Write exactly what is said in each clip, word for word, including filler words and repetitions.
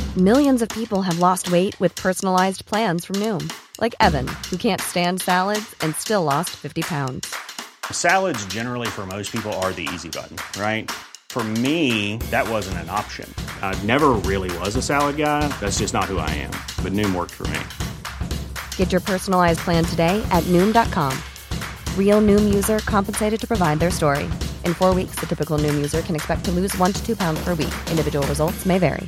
Millions of people have lost weight with personalized plans from Noom, like Evan, who can't stand salads and still lost fifty pounds. Salads generally for most people are the easy button, right? For me, that wasn't an option. I never really was a salad guy. That's just not who I am. But Noom worked for me. Get your personalized plan today at Noom dot com. Real Noom user compensated to provide their story. In four weeks, the typical Noom user can expect to lose one to two pounds per week. Individual results may vary.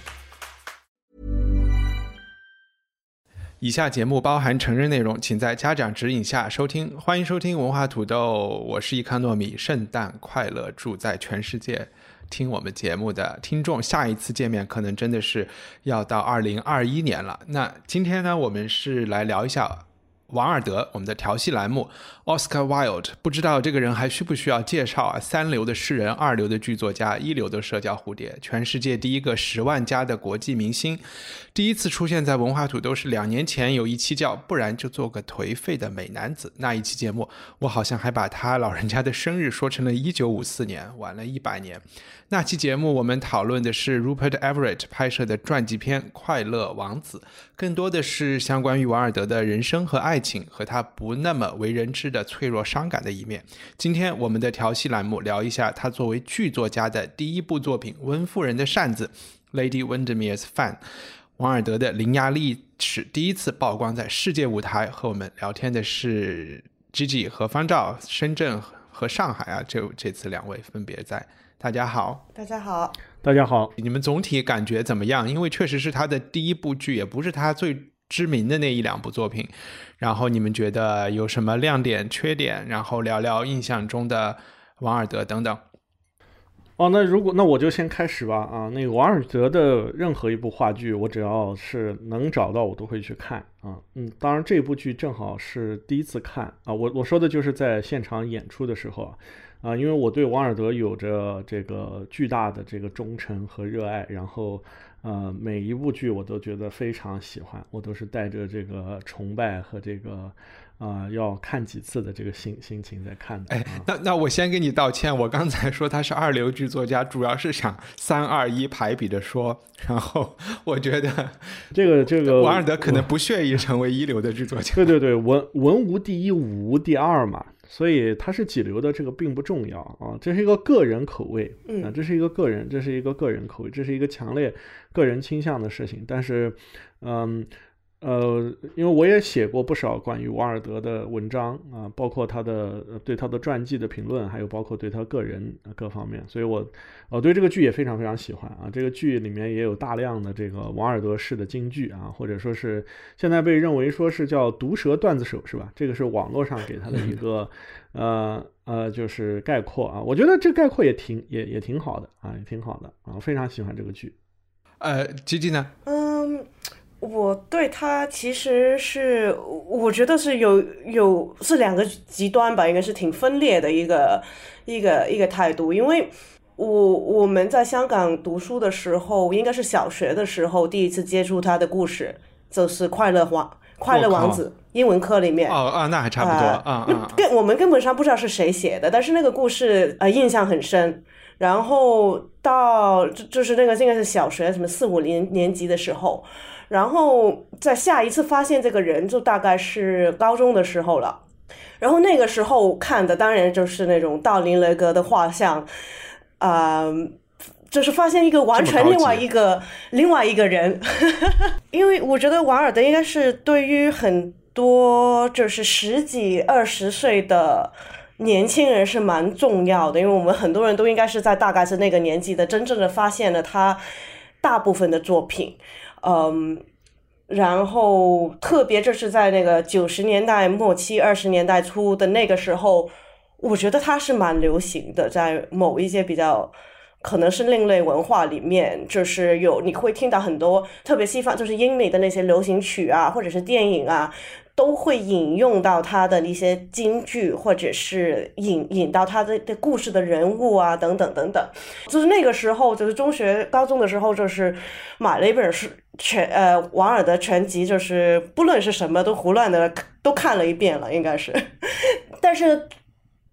以下节目包含成人内容，请在家长指引下收听。欢迎收听文化土豆，我是易康糯米，圣诞快乐，祝在全世界听我们节目的听众，下一次见面可能真的是要到二零二一年了。那今天呢，我们是来聊一下王尔德，我们的调戏栏目 Oscar Wilde。 不知道这个人还需不需要介绍啊？三流的诗人，二流的剧作家，一流的社交蝴蝶，全世界第一个十万加的国际明星。第一次出现在文化土豆是两年前，有一期叫不然就做个颓废的美男子。那一期节目我好像还把他老人家的生日说成了一九五四年，晚了一百年。那期节目我们讨论的是 Rupert Everett 拍摄的传记片《快乐王子》，更多的是相关于王尔德的人生和爱情，和他不那么为人知的脆弱伤感的一面。今天我们的调戏栏目聊一下他作为剧作家的第一部作品《温夫人的扇子》 Lady Windermere's Fan。 王尔德的伶牙俐齿第一次曝光在世界舞台。和我们聊天的是 Gigi 和方照，深圳和上海啊，这这次两位分别在。大家好。 大家好。 大家好。 你们总体感觉怎么样？因为确实是他的第一部剧，也不是他最知名的那一两部作品。然后你们觉得有什么亮点缺点？然后聊聊印象中的王尔德等等。 哦，那如果那我就先开始吧。啊，那个王尔德的任何一部话剧，我只要是能找到，我都会去看啊。嗯，当然这部剧正好是第一次看啊。我我说的就是在现场演出的时候啊。啊，因为我对王尔德有着这个巨大的这个忠诚和热爱，然后呃每一部剧我都觉得非常喜欢，我都是带着这个崇拜和这个啊、呃、要看几次的这个心心情在看的。 哎，那那我先给你道歉，我刚才说他是二流剧作家，主要是想三二一排比的说，然后我觉得这个这个王尔德可能不屑于成为一流的剧作家。 对对对，文文无第一，武无第二嘛。所以他是几流的这个并不重要啊，这是一个个人口味啊，这是一个个人，这是一个个人口味，这是一个强烈个人倾向的事情。但是，嗯呃，因为我也写过不少关于王尔德的文章啊，包括他的对他的传记的评论，还有包括对他个人各方面，所以我我对这个剧也非常非常喜欢啊。这个剧里面也有大量的这个王尔德式的金句啊，或者说是现在被认为说是叫毒舌段子手是吧？这个是网络上给他的一个呃呃就是概括啊。我觉得这概括也挺也也挺好的啊，也挺好的啊，非常喜欢这个剧。 呃 Gigi 呢？ 嗯。我对他其实是我觉得是有有是两个极端吧，应该是挺分裂的一个一个一个态度。因为我我们在香港读书的时候，应该是小学的时候第一次接触他的故事，就是快乐王快乐王子英文课里面。 哦啊，那还差不多啊、呃、 啊，跟我们根本上不知道是谁写的，但是那个故事呃印象很深。然后到就是那个应该是小学什么四五年年级的时候。然后在下一次发现这个人就大概是高中的时候了，然后那个时候看的当然就是那种道林雷格的画像，啊、呃，就是发现一个完全另外一个另外一个人，因为我觉得王尔德应该是对于很多就是十几二十岁的年轻人是蛮重要的，因为我们很多人都应该是在大概是那个年纪的真正的发现了他大部分的作品。嗯，然后特别就是在那个九十年代末期、二十年代初的那个时候，我觉得它是蛮流行的，在某一些比较可能是另类文化里面，就是有你会听到很多特别西方，就是英美的那些流行曲啊，或者是电影啊，都会引用到他的一些金句，或者是引引到他的的故事的人物啊，等等等等。就是那个时候，就是中学、高中的时候，就是买了一本书。全呃王尔德全集，就是不论是什么都胡乱的都看了一遍了，应该是。但是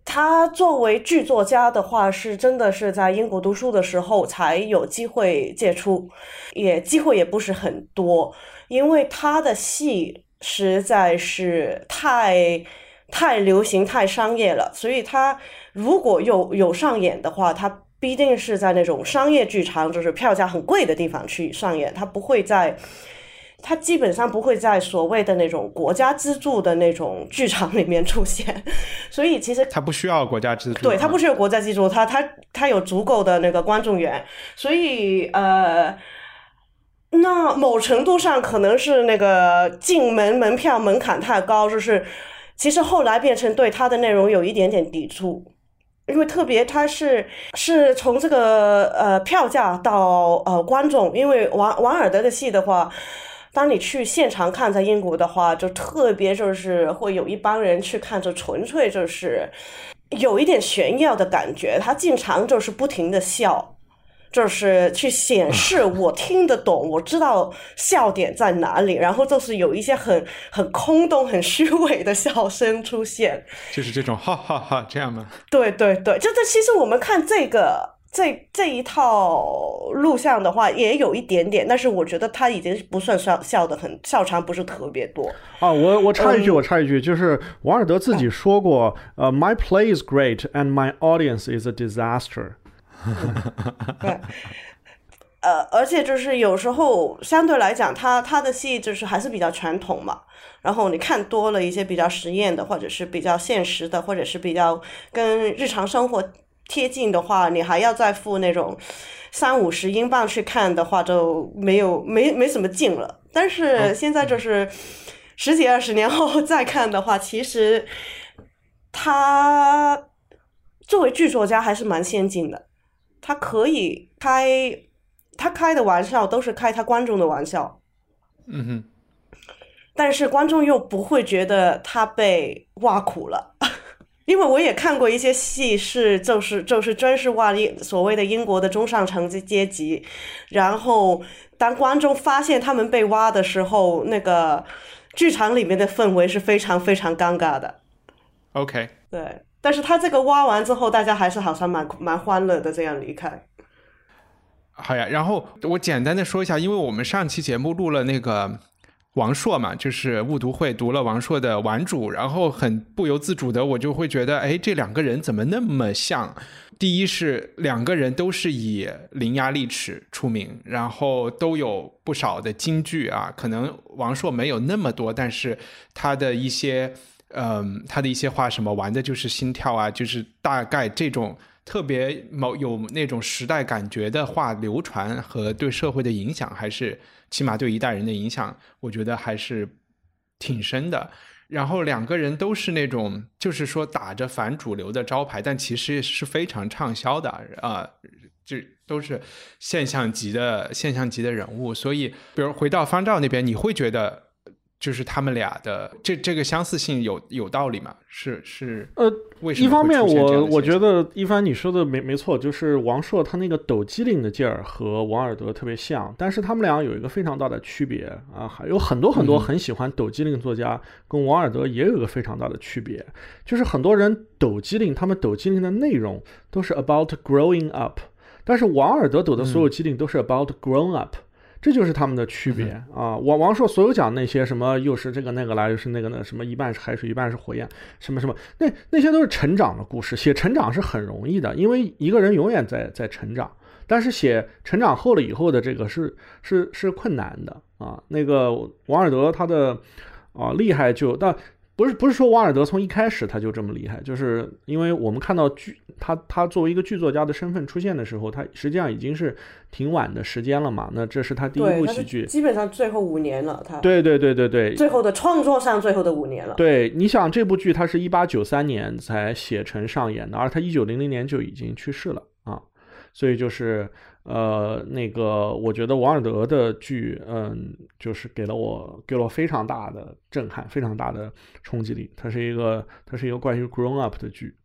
他作为剧作家的话，是真的是在英国读书的时候才有机会接触，也机会也不是很多，因为他的戏实在是太太流行、太商业了，所以他如果有有上演的话，他必定是在那种商业剧场，就是票价很贵的地方去上演，他不会在。它基本上不会在所谓的那种国家资助的那种剧场里面出现，所以其实它不需要国家资助， 对，它不需要国家资助，它它它有足够的那个观众缘，所以呃，那某程度上可能是那个进门门票门槛太高，就是其实后来变成对它的内容有一点点抵触。因为特别它是是从这个呃票价到呃观众，因为王王尔德的戏的话，当你去现场看在英国的话，就特别就是会有一帮人去看，就纯粹就是有一点炫耀的感觉，他经常就是不停的笑，就是去显示我听得懂，我知道笑点在哪里，然后就是有一些很很空洞很虚伪的笑声出现， 就是这种哈哈哈这样吗？ 对对对，就这其实我们看这个这这一套录像的话也有一点点，但是我觉得他已经不算笑笑的很笑场不是特别多啊。我我插一句、嗯、我插一句，就是王尔德自己说过、嗯呃、My play is great and my audience is a disaster 对，呃，而且就是有时候相对来讲他他的戏就是还是比较传统嘛，然后你看多了一些比较实验的或者是比较现实的或者是比较跟日常生活贴近的话，你还要再付那种三五十英镑去看的话，就没有没没什么劲了。但是现在就是十几二十年后再看的话，其实他作为剧作家还是蛮先进的，他可以开他开的玩笑都是开他观众的玩笑， 嗯哼， 但是观众又不会觉得他被挖苦了。因为我也看过一些戏是就是就是真是挖所谓的英国的中上层阶级，然后当观众发现他们被挖的时候，那个剧场里面的氛围是非常非常尴尬的。 OK， 对，但是他这个挖完之后大家还是好像蛮蛮欢乐的这样离开。 好呀，然后我简单的说一下，因为我们上期节目录了那个王朔嘛，就是误读会读了王朔的《顽主》，然后很不由自主的我就会觉得，哎，这两个人怎么那么像？第一是两个人都是以伶牙俐齿出名，然后都有不少的金句啊，可能王朔没有那么多，但是他的一些嗯，他的一些话什么玩的就是心跳啊，就是大概这种特别有那种时代感觉的话流传和对社会的影响，还是起码对一代人的影响，我觉得还是挺深的。然后两个人都是那种就是说打着反主流的招牌，但其实是非常畅销的啊、呃，这都是现象级的现象级的人物。所以比如回到方丈那边，你会觉得就是他们俩的这这个相似性有有道理吗？是是呃， 为什么一方面我我觉得一帆你说的没没错，就是王朔他那个抖机灵的劲儿和王尔德特别像，但是他们俩有一个非常大的区别啊，还有很多很多很喜欢抖机灵作家、嗯、跟王尔德也有一个非常大的区别，就是很多人抖机灵，他们抖机灵的内容都是 about growing up， 但是王尔德抖的所有机灵都是 about grown up、嗯，这就是他们的区别、嗯、啊！王王朔所有讲那些什么又是这个那个来，又是那个那什么一半是海水一半是火焰，什么什么，那那些都是成长的故事。写成长是很容易的，因为一个人永远在在成长。但是写成长后了以后的这个是是是困难的啊。那个王尔德他的啊厉害就但。不是不是说王尔德从一开始他就这么厉害，就是因为我们看到剧他他作为一个剧作家的身份出现的时候，他实际上已经是挺晚的时间了嘛。那这是他第一部喜剧， 基本上最后五年了。他对对对对对， 最后的创作上最后的五年了。 对，你想这部剧他是一八九三年才写成上演的，而他一九零零年就已经去世了啊，所以就是。呃，那个，我觉得王尔德的剧，嗯，就是给了我给了我非常大的震撼，非常大的冲击力。它是一个，它是一个关于 grown up 的剧。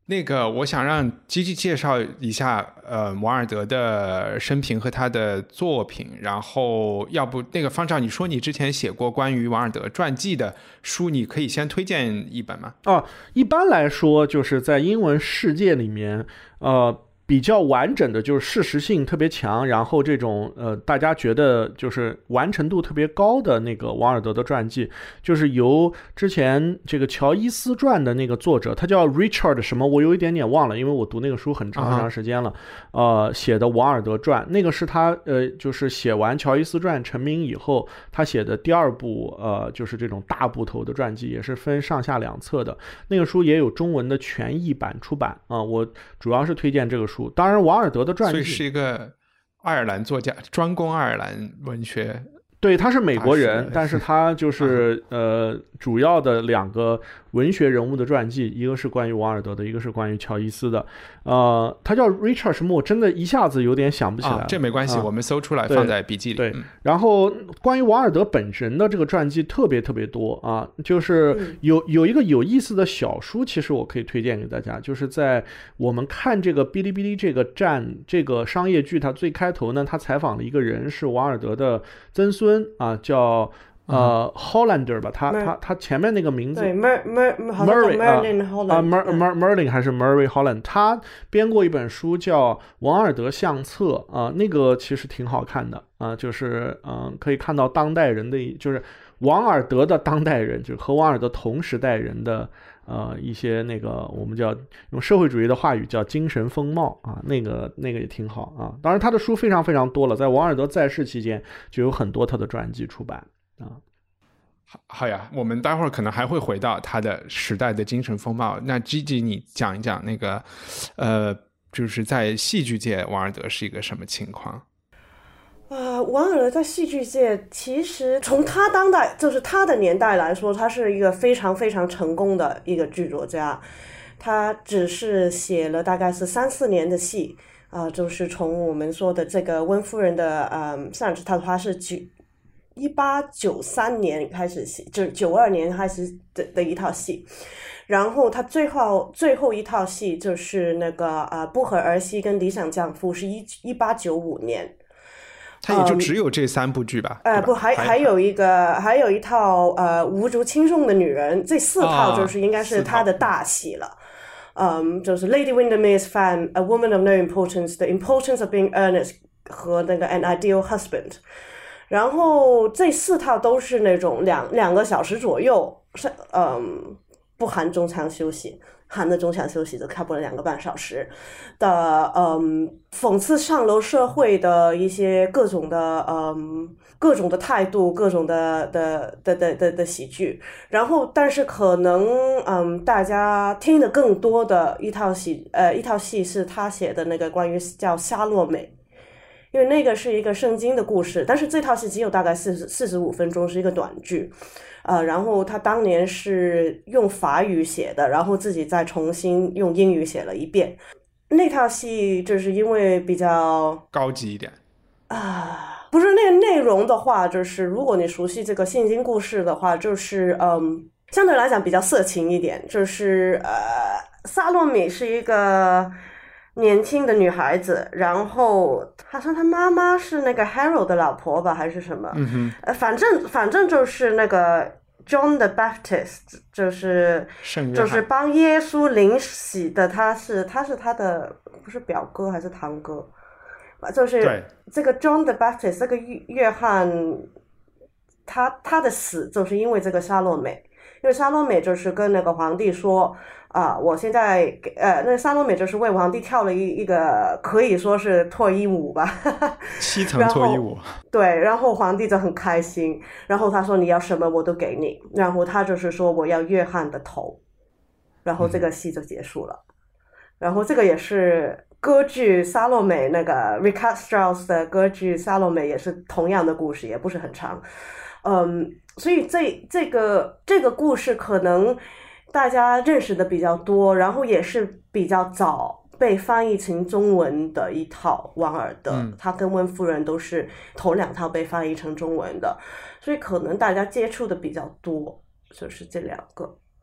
那个我想让基基介绍一下呃王尔德的生平和他的作品，然后要不那个方丈，你说你之前写过关于王尔德传记的书，你可以先推荐一本吗？ 哦，一般来说就是在英文世界里面呃比较完整的，就是事实性特别强，然后这种呃大家觉得就是完成度特别高的那个王尔德的传记，就是由之前这个乔伊斯传的那个作者，他叫 Richard 什么，我有一点点忘了，因为我读那个书很长很长时间了，呃写的王尔德传，那个是他呃就是写完乔伊斯传成名以后，他写的第二部呃就是这种大部头的传记，也是分上下两册的，那个书也有中文的全译版出版啊、呃，我主要是推荐这个书。当然王尔德的传记， 所以是一个爱尔兰作家，专攻爱尔兰文学。 对，他是美国人，但是他就是呃主要的两个文学人物的传记，一个是关于王尔德的，一个是关于乔伊斯的。呃，他叫 Richard 什么，我真的一下子有点想不起来了、 啊、这没关系、啊、我们搜出来放在笔记里。 对，对、嗯、然后关于王尔德本人的这个传记特别特别多啊，就是有有一个有意思的小书，其实我可以推荐给大家，就是在我们看这个哔哩哔哩这个站这个商业剧，它最开头呢，他采访了一个人是王尔德的曾孙啊，叫呃、嗯、Hollander 吧，他他他前面那个名字对 Mer Mer Merlin Holland 啊 Mer Mer Merlin 还是 Murray Holland， 他编过一本书叫《王尔德相册》啊，那个其实挺好看的啊，就是嗯、呃、可以看到当代人的，就是王尔德的当代人，就是和王尔德同时代人的呃一些那个我们叫用社会主义的话语叫精神风貌啊，那个那个也挺好啊。当然他的书非常非常多了，在王尔德在世期间就有很多他的传记出版啊。 好, 好呀，我们待会儿可能还会回到他的时代的精神风貌。那 Gigi 你讲一讲那个呃就是在戏剧界王尔德是一个什么情况？ 呃，王尔德在戏剧界其实从他当代就是他的年代来说，他是一个非常非常成功的一个剧作家。他只是写了大概是三四年的戏啊、呃，就是从我们说的这个温夫人的呃上他他是九一八九三年开始写，就是九二年开始的的一套戏。然后他最后最后一套戏就是那个呃不和儿媳跟理想丈夫，是一一八九五年。 他也就只有这三部剧吧？ 呃， 吧不，还还有一个，还有一套呃无足轻重的女人，这四套就是应该是他的大戏了。嗯，就是 Lady Windermere's Fan, A Woman of No Importance, The Importance of Being Earnest 和那个 An Ideal Husband。然后这四套都是那种两两个小时左右，是嗯不含中场休息。含的中场休息就差不多两个半小时的，嗯，讽刺上流社会的一些各种的，嗯，各种的态度，各种的的的的的的喜剧。然后，但是可能，嗯，大家听的更多的一套戏，呃，一套戏是他写的那个关于叫夏洛美。因为那个是一个圣经的故事，但是这套戏只有大概四十四十五分钟，是一个短剧，呃，然后他当年是用法语写的，然后自己再重新用英语写了一遍。那套戏就是因为比较高级一点啊，不是那个内容的话，就是如果你熟悉这个圣经故事的话，就是嗯，相对来讲比较色情一点，就是呃，撒洛米是一个年轻的女孩子，然后好像她妈妈是那个 Harold 的老婆吧，还是什么？ 嗯哼， 呃，反正反正就是那个 John the Baptist， 就是就是帮耶稣领洗的，他是他是他的不是表哥还是堂哥，就是这个 John the Baptist 这个约翰，他他的死就是因为这个沙洛美，因为沙洛美就是跟那个皇帝说。啊，我现在呃，那沙洛美就是为皇帝跳了一一个可以说是脱衣舞吧， 七层脱衣舞。 对，然后皇帝就很开心，然后他说你要什么我都给你，然后他就是说我要约翰的头，然后这个戏就结束了。嗯、然后这个也是歌剧沙洛美那个 Richard Strauss 的歌剧沙洛美也是同样的故事，也不是很长。嗯，所以这这个这个故事可能大家认识的比较多，然后也是比较早被翻译成中文的一套王尔德，嗯、他跟温夫人都是头两套被翻译成中文的，所以可能大家接触的比较多，就是这两个。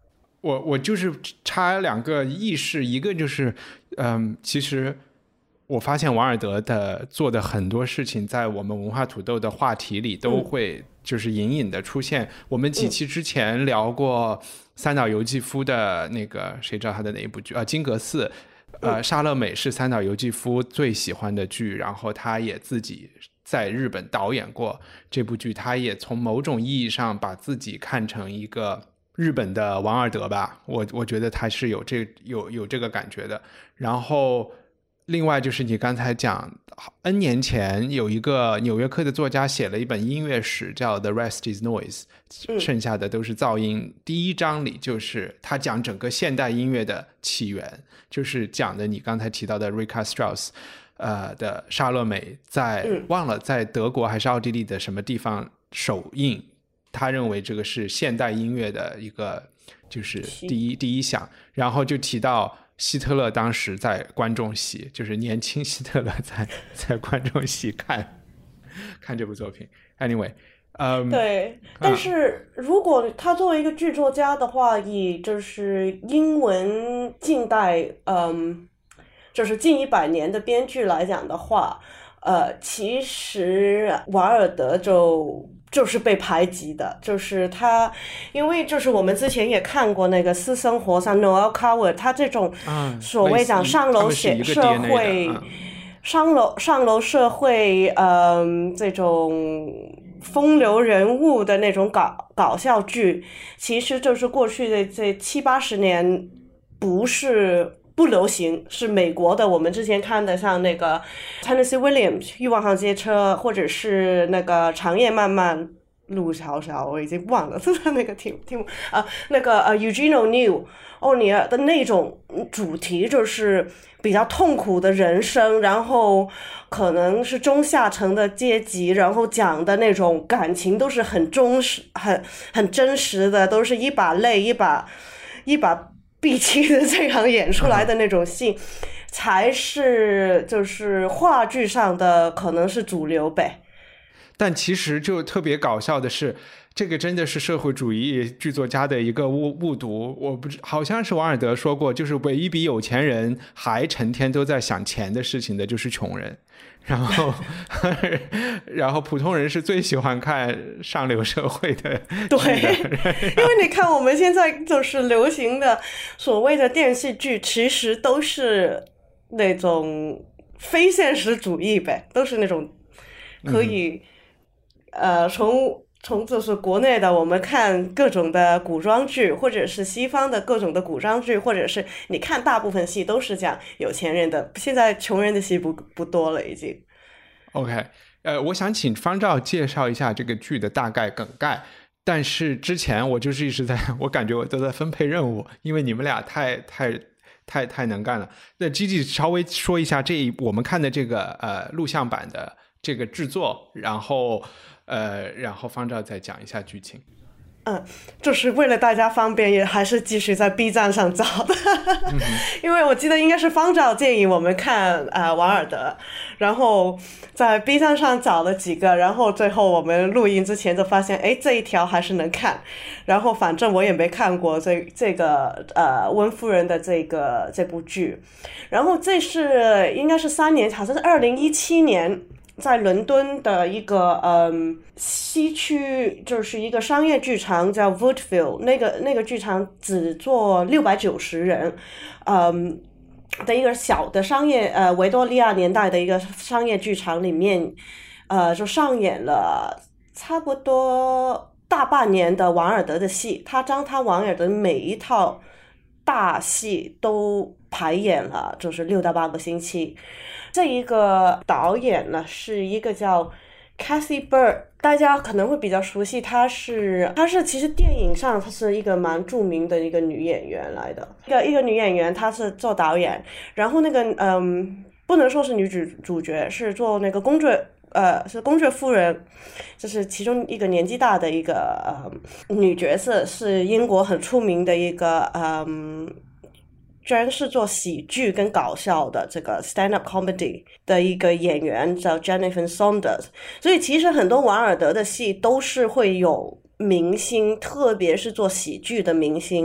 我我就是插两个意识，一个就是嗯，其实我发现王尔德的做的很多事情在我们文化土豆的话题里都会就是隐隐的出现、嗯、我们几期之前聊过三岛由纪夫的那个谁知道他的哪一部剧啊，金阁寺，呃，莎乐美是三岛由纪夫最喜欢的剧，然后他也自己在日本导演过这部剧，他也从某种意义上把自己看成一个日本的王尔德吧，我我觉得他是有这有有这个感觉的。然后另外就是你刚才讲 N 年前有一个纽约客的作家写了一本音乐史叫 The Rest is Noise， 剩下的都是噪音、嗯、第一章里就是他讲整个现代音乐的起源，就是讲的你刚才提到的 Richard Strauss 呃的莎乐美在、嗯、忘了在德国还是奥地利的什么地方首映，他认为这个是现代音乐的一个就是第一第一响，然后就提到希特勒当时在观众席，就是年轻希特勒在在观众席看看这部作品 anyway、um, 对，但是如果他作为一个剧作家的话，以就是英文近代嗯，就是近一百年的编剧来讲的话，呃，其实瓦尔德就就是被排挤的，就是他，因为就是我们之前也看过那个私生活上 Noel Coward， 他这种所谓讲上楼社会、嗯、上楼上楼社会，嗯、呃，这种风流人物的那种搞搞笑剧，其实就是过去的这七八十年不是不流行，是美国的我们之前看的像那个 Tennessee Williams 欲望号街车，或者是那个长夜漫漫路小小，我已经忘了那个题题目啊、呃，那个呃 Eugene O'Neill 欧尼尔的那种主题，就是比较痛苦的人生，然后可能是中下层的阶级，然后讲的那种感情都是很忠实很很真实的，都是一把泪一把一把闭气的这样演出来的那种戏，才是就是话剧上的可能是主流呗。 但其实就特别搞笑的是，这个真的是社会主义剧作家的一个误误读。我不好像是王尔德说过，就是唯一比有钱人还成天都在想钱的事情的就是穷人，然后然后普通人是最喜欢看上流社会的。 对，因为你看我们现在就是流行的所谓的电视剧，其实都是那种非现实主义呗，都是那种可以、嗯呃，从从就是国内的我们看各种的古装剧，或者是西方的各种的古装剧，或者是你看大部分戏都是讲有钱人的，现在穷人的戏不不多了已经。 OK， 呃，我想请方照介绍一下这个剧的大概梗概，但是之前我就是一直在，我感觉我都在分配任务，因为你们俩太太太太能干了。那 Gigi 稍微说一下这一我们看的这个呃录像版的这个制作，然后。呃，然后方照再讲一下剧情。 嗯，就是为了大家方便，也还是继续在 B 站上找的，嗯、因为我记得应该是方照建议我们看呃王尔德，然后在 B 站上找了几个，然后最后我们录音之前就发现，哎，这一条还是能看，然后反正我也没看过这这个呃温夫人的这个这部剧，然后这是应该是三年，好像是二零一七年。在伦敦的一个嗯西区，就是一个商业剧场叫 Woodville， 那个那个剧场只坐六百九十人，嗯的一个小的商业呃维多利亚年代的一个商业剧场里面，呃就上演了差不多大半年的王尔德的戏，他将他王尔德每一套大戏都排演了，就是六到八个星期。这一个导演呢是一个叫 Kathy Bird， 大家可能会比较熟悉，她是她是其实电影上她是一个蛮著名的一个女演员来的，一个一个女演员，她是做导演，然后那个嗯不能说是女主主角，是做那个公爵呃是公爵夫人，就是其中一个年纪大的一个呃女角色，是英国很出名的一个嗯。专是做喜剧跟搞笑的这个 stand-up comedy 的一个演员叫 Jennifer Saunders， 所以其实很多王尔德的戏都是会有明星，特别是做喜剧的明星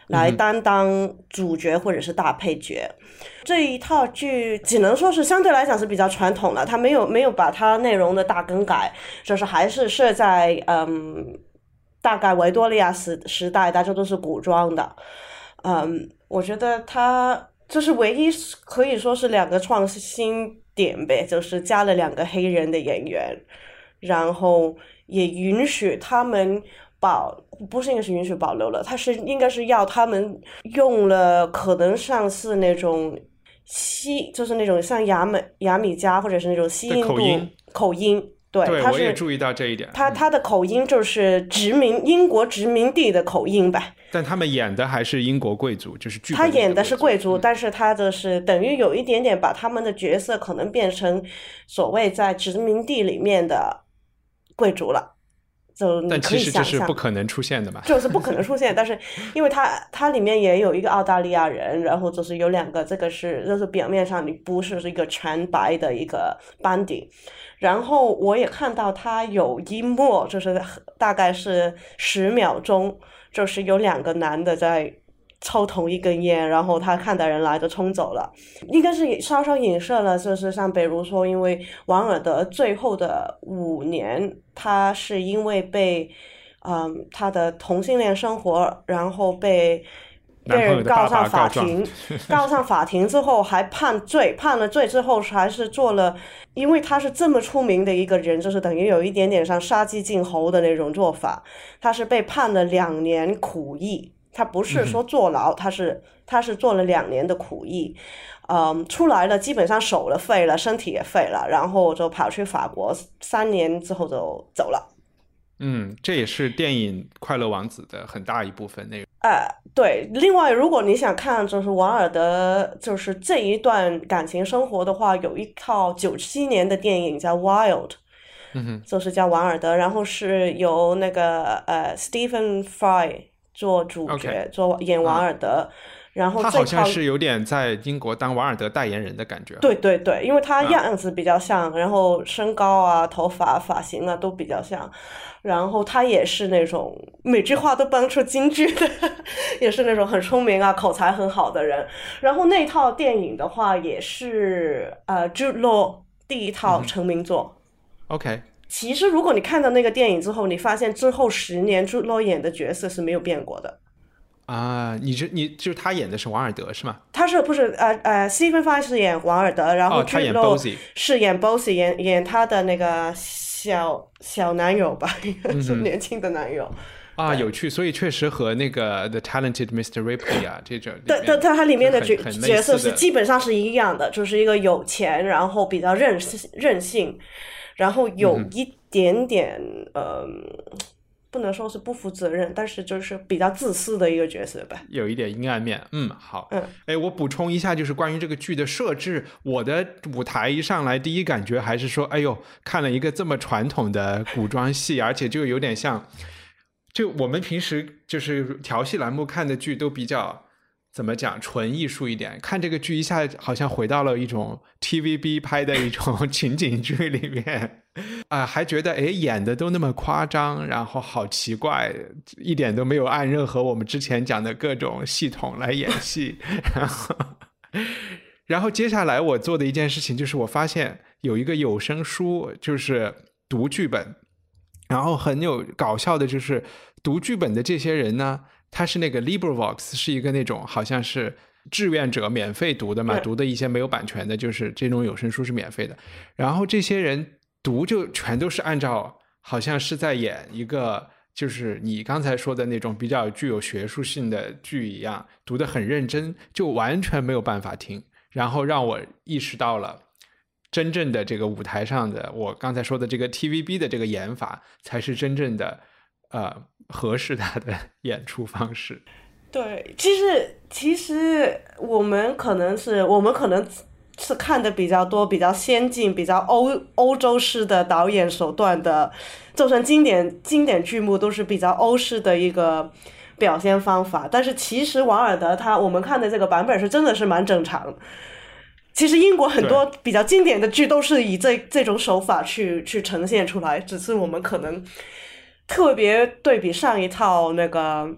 来担当主角或者是大配角。嗯、这一套剧只能说是相对来讲是比较传统了，它没有没有把它内容的大更改，就是还是设在嗯大概维多利亚时时代，大家都是古装的。嗯，我觉得它就是唯一可以说是两个创新点呗，就是加了两个黑人的演员，然后也允许他们保，不是应该是允许保留了，他是应该是要他们用了可能像是那种西，就是那种像亚美亚米加或者是那种西印度口音口音。对， 对， 他是我也注意到这一点。 他他的口音就是殖民英国殖民地的口音吧。 但他们演的还是英国贵族，就是剧本他演的是贵族， 嗯、 但是他的是等于有一点点把他们的角色可能变成所谓在殖民地里面的贵族了。就但其实这是不可能出现的嘛， 就是不可能出现。但是因为它它里面也有一个澳大利亚人，然后就是有两个，这个是就是表面上你不是一个全白的一个班底。然后我也看到他有一幕，就是大概是十秒钟，就是有两个男的在抽同一根烟，然后他看到人来就冲走了，应该是稍稍影射了，就是像比如说，因为王尔德最后的五年，他是因为被嗯他的同性恋生活，然后被被人告上法庭，告上法庭之后还判罪，判了罪之后还是做了，因为他是这么出名的一个人，就是等于有一点点像杀鸡儆猴的那种做法，他是被判了两年苦役。他不是说坐牢，嗯、他是他是做了两年的苦役，嗯，出来了，基本上手了废了，身体也废了，然后就跑去法国，三年之后就走了。 嗯，这也是电影《快乐王子》的很大一部分内容。 呃，对。另外，如果你想看就是王尔德就是这一段感情生活的话，有一套九七年的电影叫《Wild》。 嗯哼， 就是叫王尔德，然后是由那个呃 Stephen Fry 做主角， okay, 做演王尔德。 啊、 然后他好像是有点在英国当王尔德代言人的感觉。 对对对，因为他样子比较像，啊、然后身高啊、头发、发型啊都比较像。然后他也是那种每句话都搬出金句的，也是那种很聪明啊、口才很好的人。然后那套电影的话，也是呃 Jude Law 第一套成名作。 嗯、OK。 其实如果你看到那个电影之后，你发现之后十年Jude Law演的角色是没有变过的啊。你是你就是他演的是王尔德是吗？ 他是不是呃呃 Stephen Fry 是演王尔德，然后 Jude Law 是演 Bosie， 演演他的那个小小男友吧，应该是年轻的男友。 嗯、啊，有趣，所以确实和那个 The Talented Mister Ripley 啊这种， 对对，他里面的角角色是基本上是一样的，就是一个有钱，然后比较任任性。然后有一点点、嗯、呃，不能说是不负责任，但是就是比较自私的一个角色吧， 有一点阴暗面。嗯，好， 嗯， 哎，我补充一下，就是关于这个剧的设置，我的舞台一上来，第一感觉还是说，哎呦，看了一个这么传统的古装戏，而且就有点像，就我们平时就是调戏栏目看的剧都比较。怎么讲纯艺术一点，看这个剧一下好像回到了一种 T V B 拍的一种情景剧里面啊、呃，还觉得哎演的都那么夸张，然后好奇怪，一点都没有按任何我们之前讲的各种系统来演戏然后然后接下来我做的一件事情就是我发现有一个有声书，就是读剧本，然后很有搞笑的就是读剧本的这些人呢，他是那个 LibriVox 是一个那种好像是志愿者免费读的嘛，读的一些没有版权的，就是这种有声书是免费的。然后这些人读就全都是按照好像是在演一个就是你刚才说的那种比较具有学术性的剧一样，读得很认真，就完全没有办法听。然后让我意识到了真正的这个舞台上的我刚才说的这个 T V B 的这个演法才是真正的呃，合适他的演出方式。 对，其实其实我们可能是我们可能是看的比较多比较先进比较欧欧洲式的导演手段的，就算经典经典剧目都是比较欧式的一个表现方法，但是其实王尔德他我们看的这个版本是真的是蛮正常。其实英国很多比较经典的剧都是以这这种手法去去呈现出来，只是我们可能特别对比上一套那个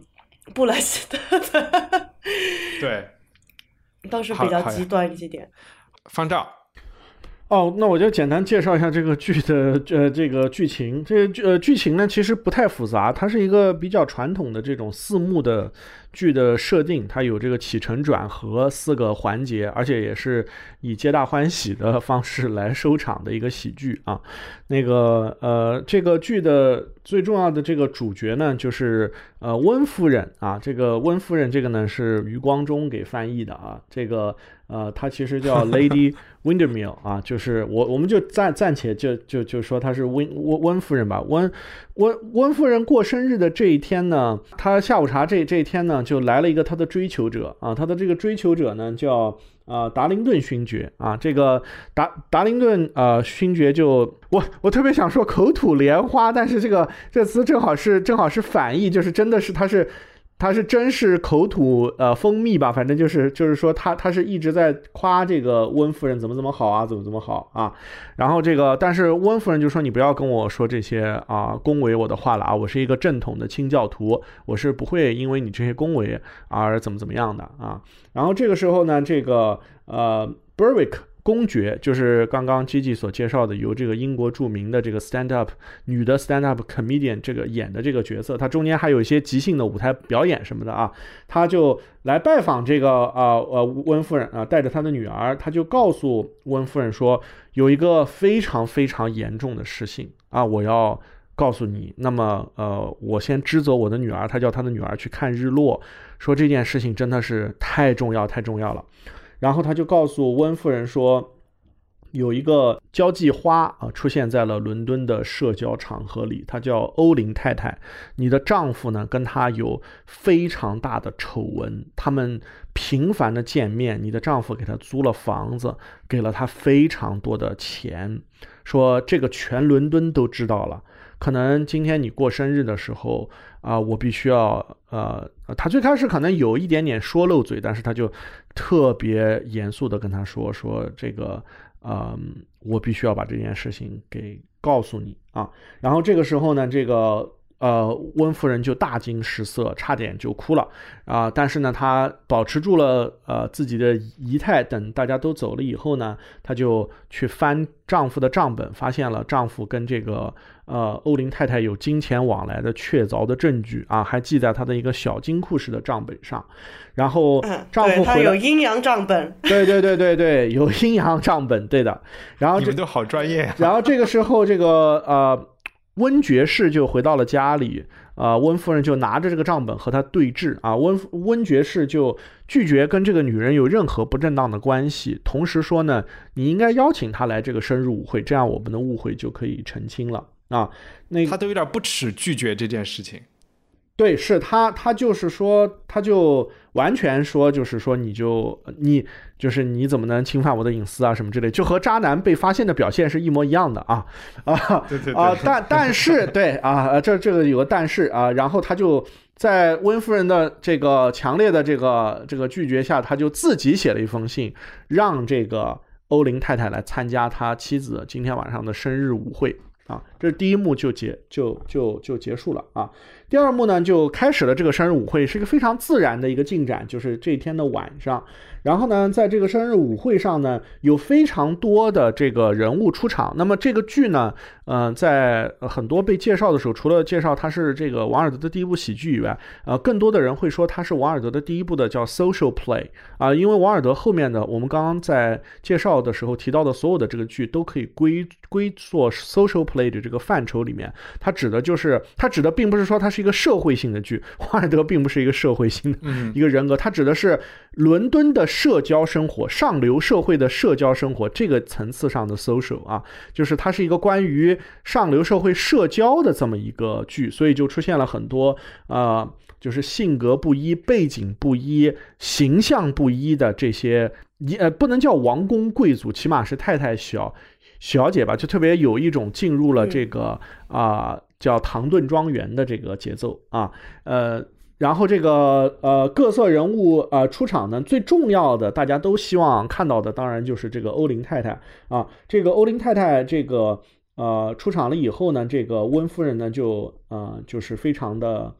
布莱希特的， 对， 都是比较极端一点。 方丈。 哦，那我就简单介绍一下这个剧的呃这个剧情。这个呃剧情呢其实不太复杂，它是一个比较传统的这种四幕的剧的设定，它有这个起承转合四个环节，而且也是以皆大欢喜的方式来收场的一个喜剧啊。那个呃这个剧的最重要的这个主角呢就是呃温夫人啊，这个温夫人这个呢是余光中给翻译的啊，这个呃她其实叫 Lady Windermere 啊，就是我我们就暂暂且就就就说她是温温温夫人吧。温温温夫人过生日的这一天呢，她下午茶这这一天呢就来了一个她的追求者啊，她的这个追求者呢叫啊、呃，达灵顿勋爵啊，这个达达灵顿呃勋爵就我我特别想说口吐莲花，但是这个这词正好是正好是反义，就是真的是他是他是真是口吐呃蜂蜜吧，反正就是就是说他他是一直在夸这个温夫人怎么怎么好啊，怎么怎么好啊，然后这个但是温夫人就说你不要跟我说这些啊恭维我的话了啊，我是一个正统的清教徒，我是不会因为你这些恭维而怎么怎么样的啊。然后这个时候呢，这个呃 Berwick 公爵就是刚刚 Gigi 所介绍的，由这个英国著名的这个 stand up 女的 stand up comedian 这个演的这个角色，她中间还有一些即兴的舞台表演什么的啊，她就来拜访这个啊呃温夫人啊，带着她的女儿，她就告诉温夫人说有一个非常非常严重的事情啊，我要告诉你。那么呃我先支走我的女儿，她叫她的女儿去看日落，说这件事情真的是太重要太重要了。然后他就告诉温夫人说，有一个交际花啊出现在了伦敦的社交场合里，她叫欧琳太太。你的丈夫呢跟她有非常大的丑闻，他们频繁的见面，你的丈夫给她租了房子，给了她非常多的钱，说这个全伦敦都知道了。可能今天你过生日的时候啊、呃，我必须要呃，他最开始可能有一点点说漏嘴，但是他就特别严肃的跟他说说这个呃，我必须要把这件事情给告诉你啊。然后这个时候呢，这个呃温夫人就大惊失色，差点就哭了啊、呃。但是呢，她保持住了呃自己的仪态，等大家都走了以后呢，她就去翻丈夫的账本，发现了丈夫跟这个呃欧琳太太有金钱往来的确凿的证据啊，还记在她的一个小金库式的账本上。然后丈夫回来、嗯、 他有阴阳账本， 对对对对对，有阴阳账本，对的。然后你们都好专业、啊。 然后这个时候，这个呃温爵士就回到了家里，呃温夫人就拿着这个账本和他对峙啊，温温爵士就拒绝跟这个女人有任何不正当的关系，同时说呢，你应该邀请她来这个生日舞会，这样我们的误会就可以澄清了啊。那他都有点不耻拒绝这件事情。 对，是他，他就是说，他就完全说，就是说，你就你就是你怎么能侵犯我的隐私啊，什么之类，就和渣男被发现的表现是一模一样的啊啊对对对啊！但但是对啊，这这个有个但是啊，然后他就在温夫人的这个强烈的这个这个拒绝下，他就自己写了一封信，让这个欧琳太太来参加他妻子今天晚上的生日舞会啊。这第一幕就结就就就结束了啊。第二幕呢，就开始了这个生日舞会，是一个非常自然的一个进展，就是这一天的晚上。然后呢，在这个生日舞会上呢，有非常多的这个人物出场。那么这个剧呢，呃，在很多被介绍的时候，除了介绍它是这个王尔德的第一部喜剧以外，呃，更多的人会说它是王尔德的第一部的叫 social play 啊、呃，因为王尔德后面的我们刚刚在介绍的时候提到的所有的这个剧都可以归归作 social play 的这个范畴里面。它指的就是它指的并不是说它是一个社会性的剧，王尔德并不是一个社会性的一个人格，它指的是伦敦的社交生活，上流社会的社交生活这个层次上的 social 啊，就是它是一个关于上流社会社交的这么一个剧，所以就出现了很多呃，就是性格不一、背景不一、形象不一的这些，呃，不能叫王公贵族，起码是太太小小姐吧，就特别有一种进入了这个啊、呃、叫唐顿庄园的这个节奏啊，呃。然后这个呃各色人物呃出场呢，最重要的大家都希望看到的，当然就是这个欧琳太太啊。这个欧琳太太这个呃出场了以后呢，这个温夫人呢就呃就是非常的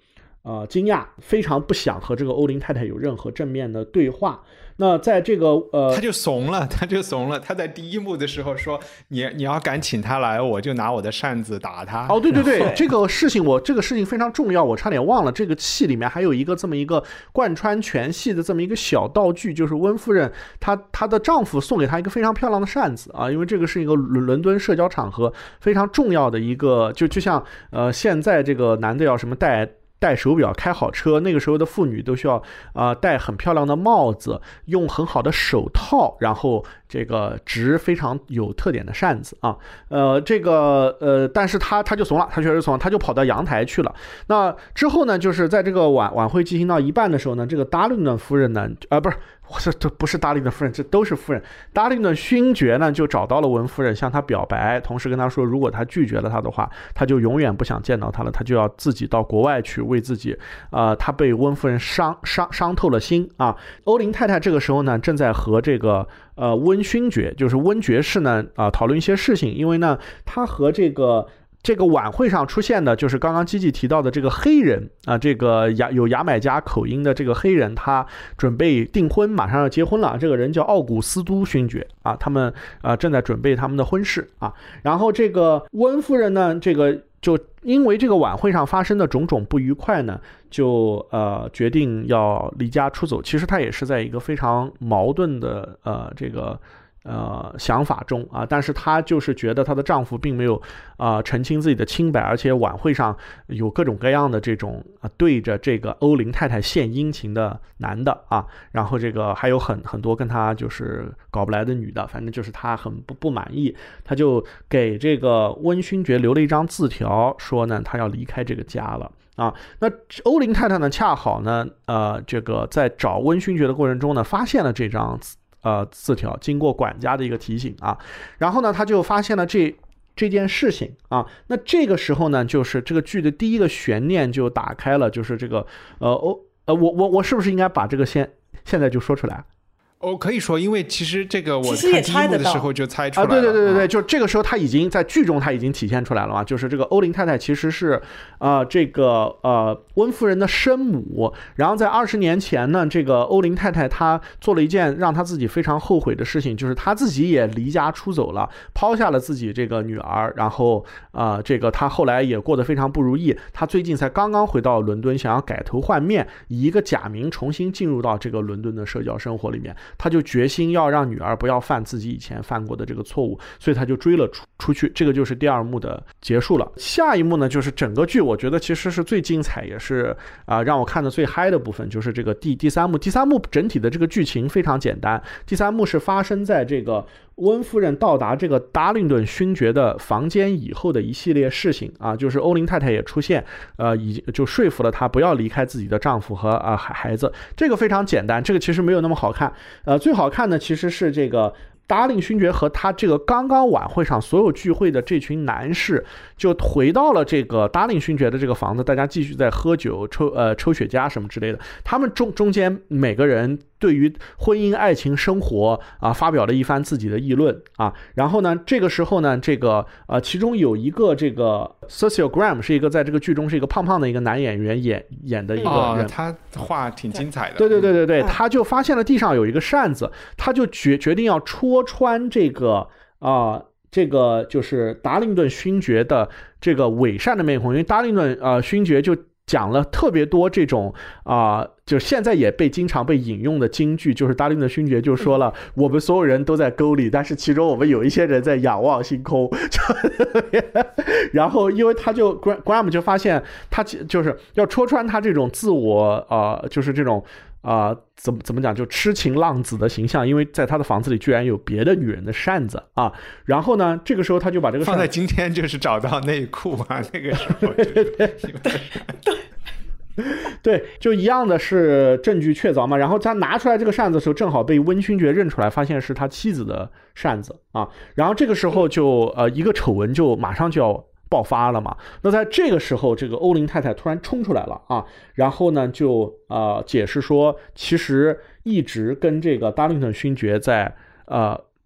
呃惊讶，非常不想和这个欧林太太有任何正面的对话。那在这个呃， 他就怂了，他就怂了。他在第一幕的时候说：“你你要敢请他来，我就拿我的扇子打他。” 哦，对对对，这个事情我这个事情非常重要，我差点忘了。这个戏里面还有一个这么一个贯穿全戏的这么一个小道具，就是温夫人她她的丈夫送给她一个非常漂亮的扇子啊，因为这个是一个伦伦敦社交场合非常重要的一个，就就像呃现在这个男的要什么戴。戴手表开好车，那个时候的妇女都需要啊、呃、戴很漂亮的帽子，用很好的手套，然后这个执非常有特点的扇子啊，呃这个呃但是他他就怂了，他确实怂了，他就跑到阳台去了。那之后呢，就是在这个晚晚会进行到一半的时候呢，这个达令顿夫人呢，啊、呃、不是。这这不是达令顿夫人，这都是夫人。达令顿勋爵呢，就找到了温夫人，向她表白，同时跟她说，如果她拒绝了他的话，他就永远不想见到她了，他就要自己到国外去为自己，呃，他被温夫人伤伤伤透了心啊。欧林太太这个时候呢，正在和这个呃温勋爵，就是温爵士呢，啊、呃、讨论一些事情，因为呢，他和这个。这个晚会上出现的就是刚刚基基提到的这个黑人啊，这个牙有牙买加口音的这个黑人，他准备订婚，马上要结婚了。这个人叫奥古斯都勋爵啊，他们啊正在准备他们的婚事啊。然后这个温夫人呢，这个就因为这个晚会上发生的种种不愉快呢，就呃决定要离家出走。其实她也是在一个非常矛盾的呃这个。呃，想法中啊，但是她就是觉得她的丈夫并没有啊、呃、澄清自己的清白，而且晚会上有各种各样的这种啊对着这个欧林太太献殷勤的男的啊，然后这个还有很很多跟她就是搞不来的女的，反正就是她很不不满意，她就给这个温勋爵留了一张字条，说呢她要离开这个家了。啊，那欧林太太呢，恰好呢，呃，这个在找温勋爵的过程中呢，发现了这张呃，字条，经过管家的一个提醒啊，然后呢，他就发现了这这件事情啊。那这个时候呢，就是这个剧的第一个悬念就打开了，就是这个呃，哦，呃，我我我是不是应该把这个先现在就说出来？ 哦，可以说，因为其实这个我看第一幕的时候就猜出来了。 啊，对对对对对，就这个时候他已经在剧中他已经体现出来了嘛，就是这个欧林太太其实是啊、呃、这个呃温夫人的生母，然后在二十年前呢，这个欧林太太她做了一件让她自己非常后悔的事情，就是她自己也离家出走了，抛下了自己这个女儿，然后啊、呃、这个她后来也过得非常不如意，她最近才刚刚回到伦敦，想要改头换面，以一个假名重新进入到这个伦敦的社交生活里面。他就决心要让女儿不要犯自己以前犯过的这个错误，所以他就追了出出去。这个就是第二幕的结束了。下一幕呢，就是整个剧我觉得其实是最精彩，也是啊、呃、让我看的最嗨的部分，就是这个第第三幕。第三幕整体的这个剧情非常简单。第三幕是发生在这个温夫人到达这个达令顿勋爵的房间以后的一系列事情啊，就是欧林太太也出现，呃，已就说服了她不要离开自己的丈夫和啊、呃、孩子。这个非常简单，这个其实没有那么好看。呃，最好看的其实是这个达令勋爵和他这个刚刚晚会上所有聚会的这群男士，就回到了这个达令勋爵的这个房子，大家继续在喝酒、抽呃抽雪茄什么之类的。他们中中间每个人对于婚姻爱情生活啊发表了一番自己的议论啊。然后呢，这个时候呢，这个呃其中有一个这个 Cecil Graham 是一个在这个剧中是一个胖胖的一个男演员演演的一个人， 哦、他话挺精彩的。 对对对对对，他就发现了地上有一个扇子，他就决决定要戳穿这个啊、呃，这个就是达令顿勋爵的这个伪善的面孔，因为达令顿呃勋爵就讲了特别多这种啊、呃，就现在也被经常被引用的金句，就是达令顿勋爵就说了，我们所有人都在沟里，但是其中我们有一些人在仰望星空。然后因为他就 Graham 就发现他就是要戳穿他这种自我呃，就是这种。啊、呃，怎么怎么讲，就痴情浪子的形象，因为在他的房子里居然有别的女人的扇子啊。然后呢，这个时候他就把这个放在今天就是找到内裤啊，那个时候、就是。对对对。 对，就一样的是证据确凿嘛。然后他拿出来这个扇子的时候，正好被温勋爵认出来，发现是他妻子的扇子啊。然后这个时候就呃一个丑闻就马上就要爆发了嘛。那在这个时候，这个欧林太太突然冲出来了啊，然后呢就呃解释说，其实一直跟这个达令顿勋爵在呃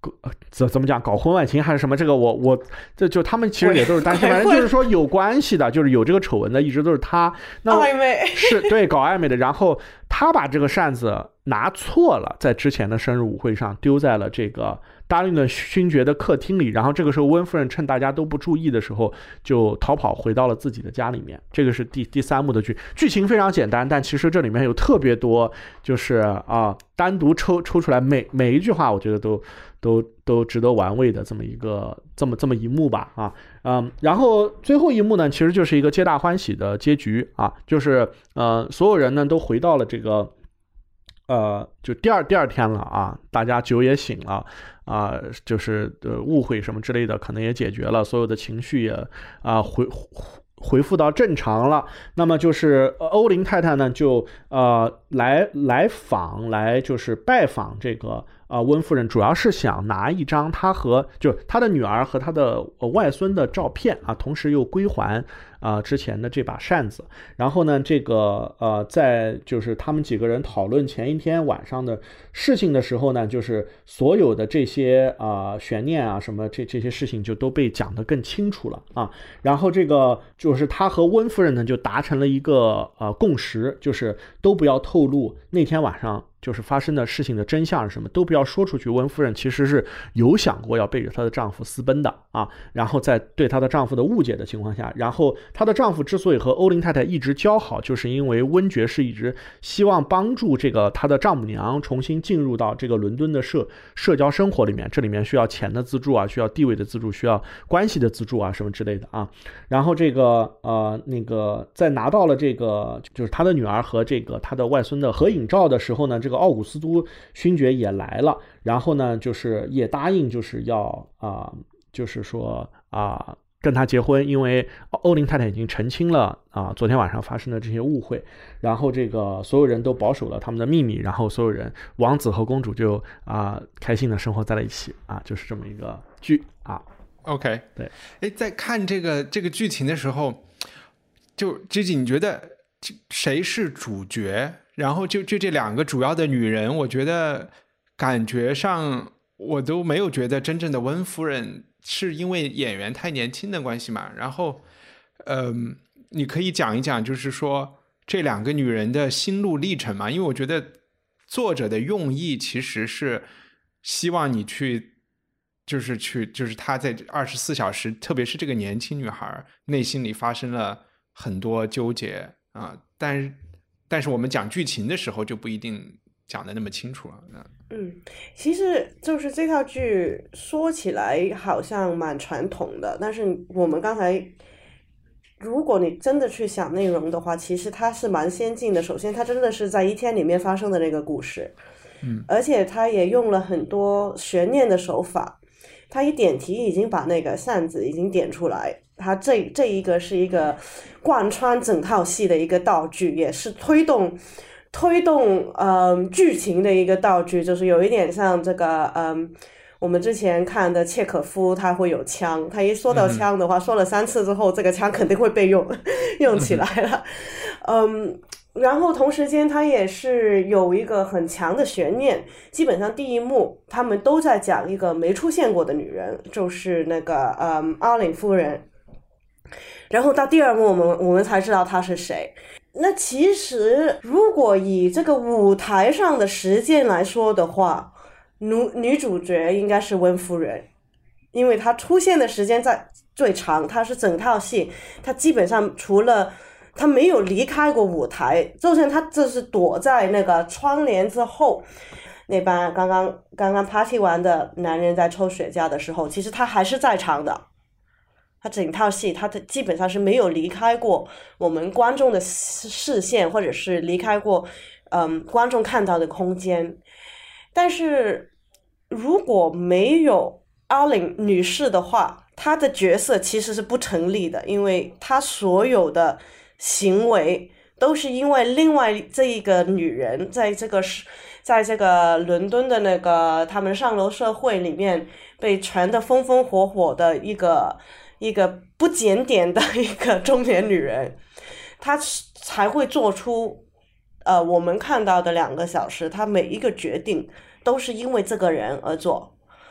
怎怎么讲搞婚外情还是什么，这个我我这就他们其实也都是担心，反正就是说有关系的，就是有这个丑闻的一直都是他，那暧昧是对搞暧昧的，然后他把这个扇子拿错了，在之前的生日舞会上丢在了这个达林顿勋爵的客厅里，然后这个时候温夫人趁大家都不注意的时候就逃跑回到了自己的家里面。这个是第第三幕的剧剧情非常简单，但其实这里面有特别多就是啊单独抽抽出来每每一句话我觉得都都都值得玩味的这么一个这么这么一幕吧啊嗯，然后最后一幕呢其实就是一个皆大欢喜的结局啊，就是呃所有人呢都回到了这个呃就第二第二天了啊，大家酒也醒了啊、呃，就是呃误会什么之类的可能也解决了，所有的情绪也啊、呃、回回复到正常了。那么就是欧林太太呢就呃来来访来就是拜访这个啊、呃，温夫人主要是想拿一张她和就她的女儿和她的外孙的照片啊，同时又归还啊、呃、之前的这把扇子。然后呢，这个呃，在就是他们几个人讨论前一天晚上的事情的时候呢，就是所有的这些啊、呃、悬念啊什么这这些事情就都被讲得更清楚了啊。然后这个就是他和温夫人呢就达成了一个呃共识，就是都不要透露那天晚上就是发生的事情的真相是什么，都不要说出去。温夫人其实是有想过要背着她的丈夫私奔的啊，然后在对她的丈夫的误解的情况下，然后她的丈夫之所以和欧林太太一直交好，就是因为温爵士一直希望帮助这个她的丈母娘重新进入到这个伦敦的社社交生活里面，这里面需要钱的资助啊，需要地位的资助，需要关系的资助啊什么之类的啊。然后这个呃那个在拿到了这个就是她的女儿和这个她的外孙的合影照的时候呢，这个奥古斯都勋爵也来了，然后呢就是也答应就是要啊、呃、就是说啊、呃、跟他结婚，因为欧林太太已经澄清了啊、呃、昨天晚上发生的这些误会，然后这个所有人都保守了他们的秘密，然后所有人王子和公主就啊、呃、开心的生活在了一起啊，就是这么一个剧啊。 OK， 对， 哎，在看这个这个剧情的时候，就芝吉，你觉得谁是主角？然后就就这两个主要的女人，我觉得感觉上我都没有觉得真正的温夫人是因为演员太年轻的关系嘛。然后，嗯、呃，你可以讲一讲，就是说这两个女人的心路历程嘛？因为我觉得作者的用意其实是希望你去。就是去，就是她在二十四小时，特别是这个年轻女孩内心里发生了很多纠结啊，但是但是我们讲剧情的时候就不一定讲得那么清楚了。 嗯，其实就是这套剧说起来好像蛮传统的，但是我们刚才如果你真的去想内容的话，其实它是蛮先进的。首先它真的是在一天里面发生的那个故事， 嗯， 而且它也用了很多悬念的手法。他一点题已经把那个扇子已经点出来，他这这一个是一个贯穿整套戏的一个道具，也是推动推动嗯剧情的一个道具，就是有一点像这个嗯我们之前看的契可夫，他会有枪，他一说到枪的话，嗯、说了三次之后，这个枪肯定会被用用起来了，嗯。然后同时间它也是有一个很强的悬念，基本上第一幕他们都在讲一个没出现过的女人，就是那个嗯阿林夫人，然后到第二幕我们我们才知道她是谁。那其实如果以这个舞台上的实践来说的话，女女主角应该是温夫人，因为她出现的时间在最长，她是整套戏她基本上除了他没有离开过舞台，就算他就是躲在那个窗帘之后，那帮刚刚刚刚 party 完的男人在抽雪茄的时候，其实他还是在场的。他整套戏他基本上是没有离开过我们观众的视线，或者是离开过嗯观众看到的空间。但是如果没有阿玲女士的话，她的角色其实是不成立的，因为她所有的行为都是因为另外这一个女人在这个在这个伦敦的那个他们上流社会里面被传得风风火火的一个一个不检点的一个中年女人，她才会做出呃我们看到的两个小时，她每一个决定都是因为这个人而做。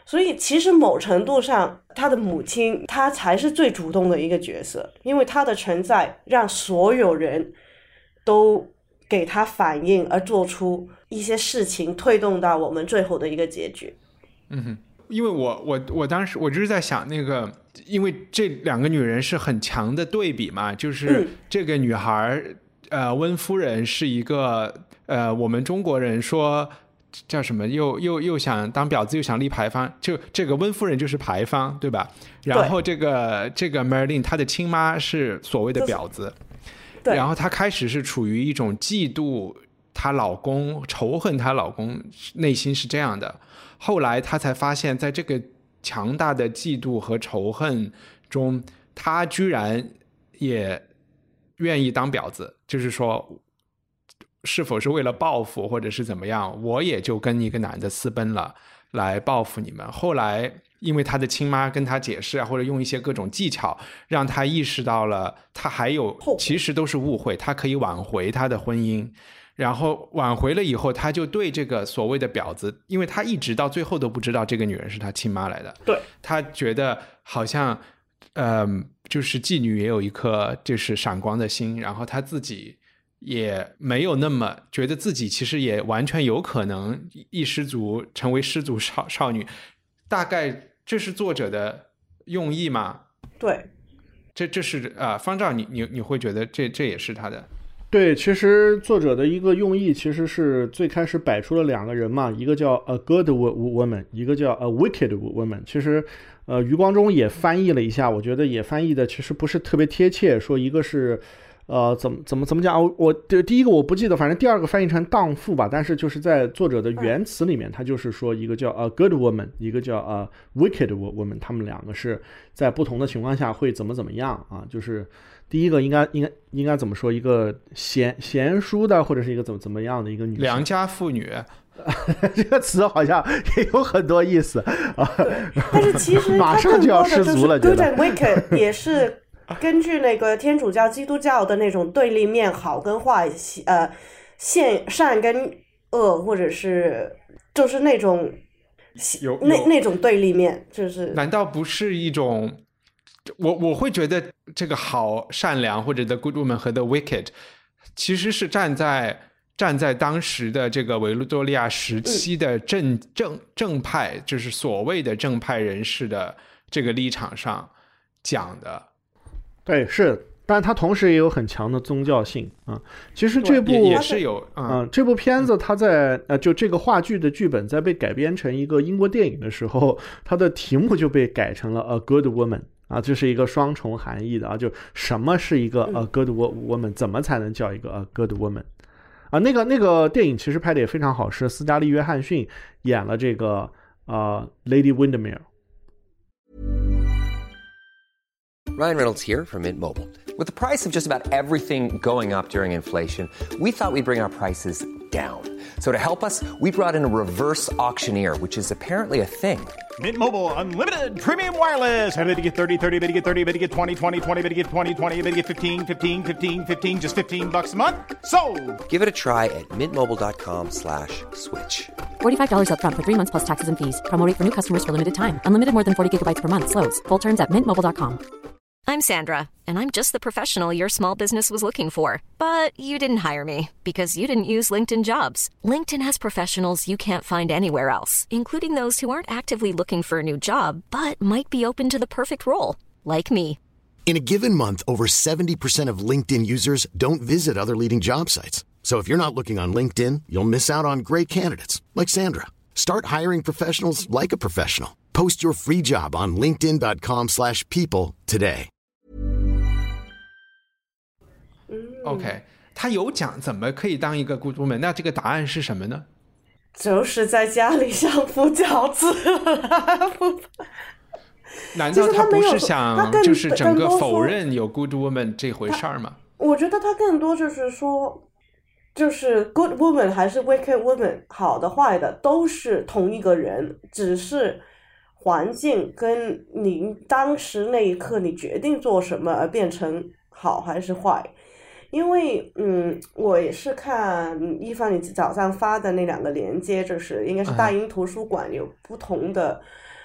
所以其实某程度上他的母亲她才是最主动的一个角色，因为她的存在让所有人都给他反应而做出一些事情，推动到我们最后的一个结局。 嗯哼，因为我我我当时我就是在想那个，因为这两个女人是很强的对比嘛，就是这个女孩、嗯、呃温夫人是一个呃我们中国人说叫什么，又又又想当婊子又想立牌坊，就这个温夫人就是牌坊，对吧？然后这个这个 Merlin 她的亲妈是所谓的婊子，然后她开始是处于一种嫉妒她老公、仇恨她老公，内心是这样的。后来她才发现，在这个强大的嫉妒和仇恨中，她居然也愿意当婊子，就是说。是否是为了报复或者是怎么样，我也就跟一个男的私奔了来报复你们。后来因为他的亲妈跟他解释啊，或者用一些各种技巧让他意识到了他还有其实都是误会，他可以挽回他的婚姻。然后挽回了以后，他就对这个所谓的婊子，因为他一直到最后都不知道这个女人是他亲妈来的， 对， 他觉得好像呃，就是妓女也有一颗就是闪光的心，然后他自己也没有那么觉得自己其实也完全有可能一失足成为失足少少女，大概这是作者的用意吗？ 对， 这这是呃，方丈你你你会觉得这这也是他的？ 对，其实作者的一个用意其实是最开始摆出了两个人嘛，一个叫 a good woman， 一个叫 a wicked woman。其实呃，余光中也翻译了一下，我觉得也翻译的其实不是特别贴切，说一个是呃，怎么怎么怎么讲？我我第一个我不记得，反正第二个翻译成荡妇吧。但是就是在作者的原词里面，他就是说一个叫 a good woman， 一个叫 a wicked woman， 他们两个是在不同的情况下会怎么怎么样啊？就是第一个应该应该应该怎么说？一个贤贤淑的，或者是一个怎么怎么样的一个女良家妇女。 这个词好像也有很多意思啊。 但是其实马上就要失足了， 觉得 good and wicked 也是。根据那个天主教基督教的那种对立面，好跟坏，呃，善善跟恶，或者是就是那种有那那种对立面，就是难道不是一种我我会觉得这个好善良或者 the good woman 和 the wicked 其实是站在站在当时的这个维多利亚时期的正、嗯、正正派，就是所谓的正派人士的这个立场上讲的。 对，是，但它同时也有很强的宗教性啊、嗯。其实这部也, 也是有啊、 嗯，这部片子它在呃，就这个话剧的剧本在被改编成一个英国电影的时候，它的题目就被改成了 A Good Woman 啊，这是一个双重含义的啊，就什么是一个 A Good Woman， 怎么才能叫一个 A Good Woman 啊？那个那个电影其实拍的也非常好，是斯嘉丽·约翰逊演了这个呃 Lady Windermere。Ryan Reynolds here from Mint Mobile. With the price of just about everything going up during inflation, we thought we'd bring our prices down. So to help us, we brought in a reverse auctioneer, which is apparently a thing. Mint Mobile Unlimited Premium Wireless. How to get thirty, thirty, how to get thirty, how to get twenty, twenty, twenty, how to get twenty, twenty, how to get fifteen, fifteen, fifteen, fifteen, just fifteen bucks a month? Sold! Give it a try at mintmobile.com slash switch. forty-five dollars up front for three months plus taxes and fees. Promo rate for new customers for limited time. Unlimited more than forty gigabytes per month. Slows full terms at mint mobile dot com. I'm Sandra, and I'm just the professional your small business was looking for. But you didn't hire me because you didn't use LinkedIn Jobs. LinkedIn has professionals you can't find anywhere else, including those who aren't actively looking for a new job, but might be open to the perfect role, like me. In a given month, over seventy percent of LinkedIn users don't visit other leading job sites. So if you're not looking on LinkedIn, you'll miss out on great candidates, like Sandra. Start hiring professionals like a professional. Post your free job on linkedin.com slash people today. OK， 他有讲怎么可以当一个 good woman， 那这个答案是什么呢？ 就是在家里相夫教子。 难道他不是想就是整个否认有 good woman 这回事儿吗？ 我觉得他更多就是说，就是 good woman 还是 wicked woman， 好的坏的都是同一个人，只是环境跟你当时那一刻你决定做什么而变成好还是坏。因为嗯，我也是看一凡你早上发的那两个连接，就是应该是大英图书馆有不同的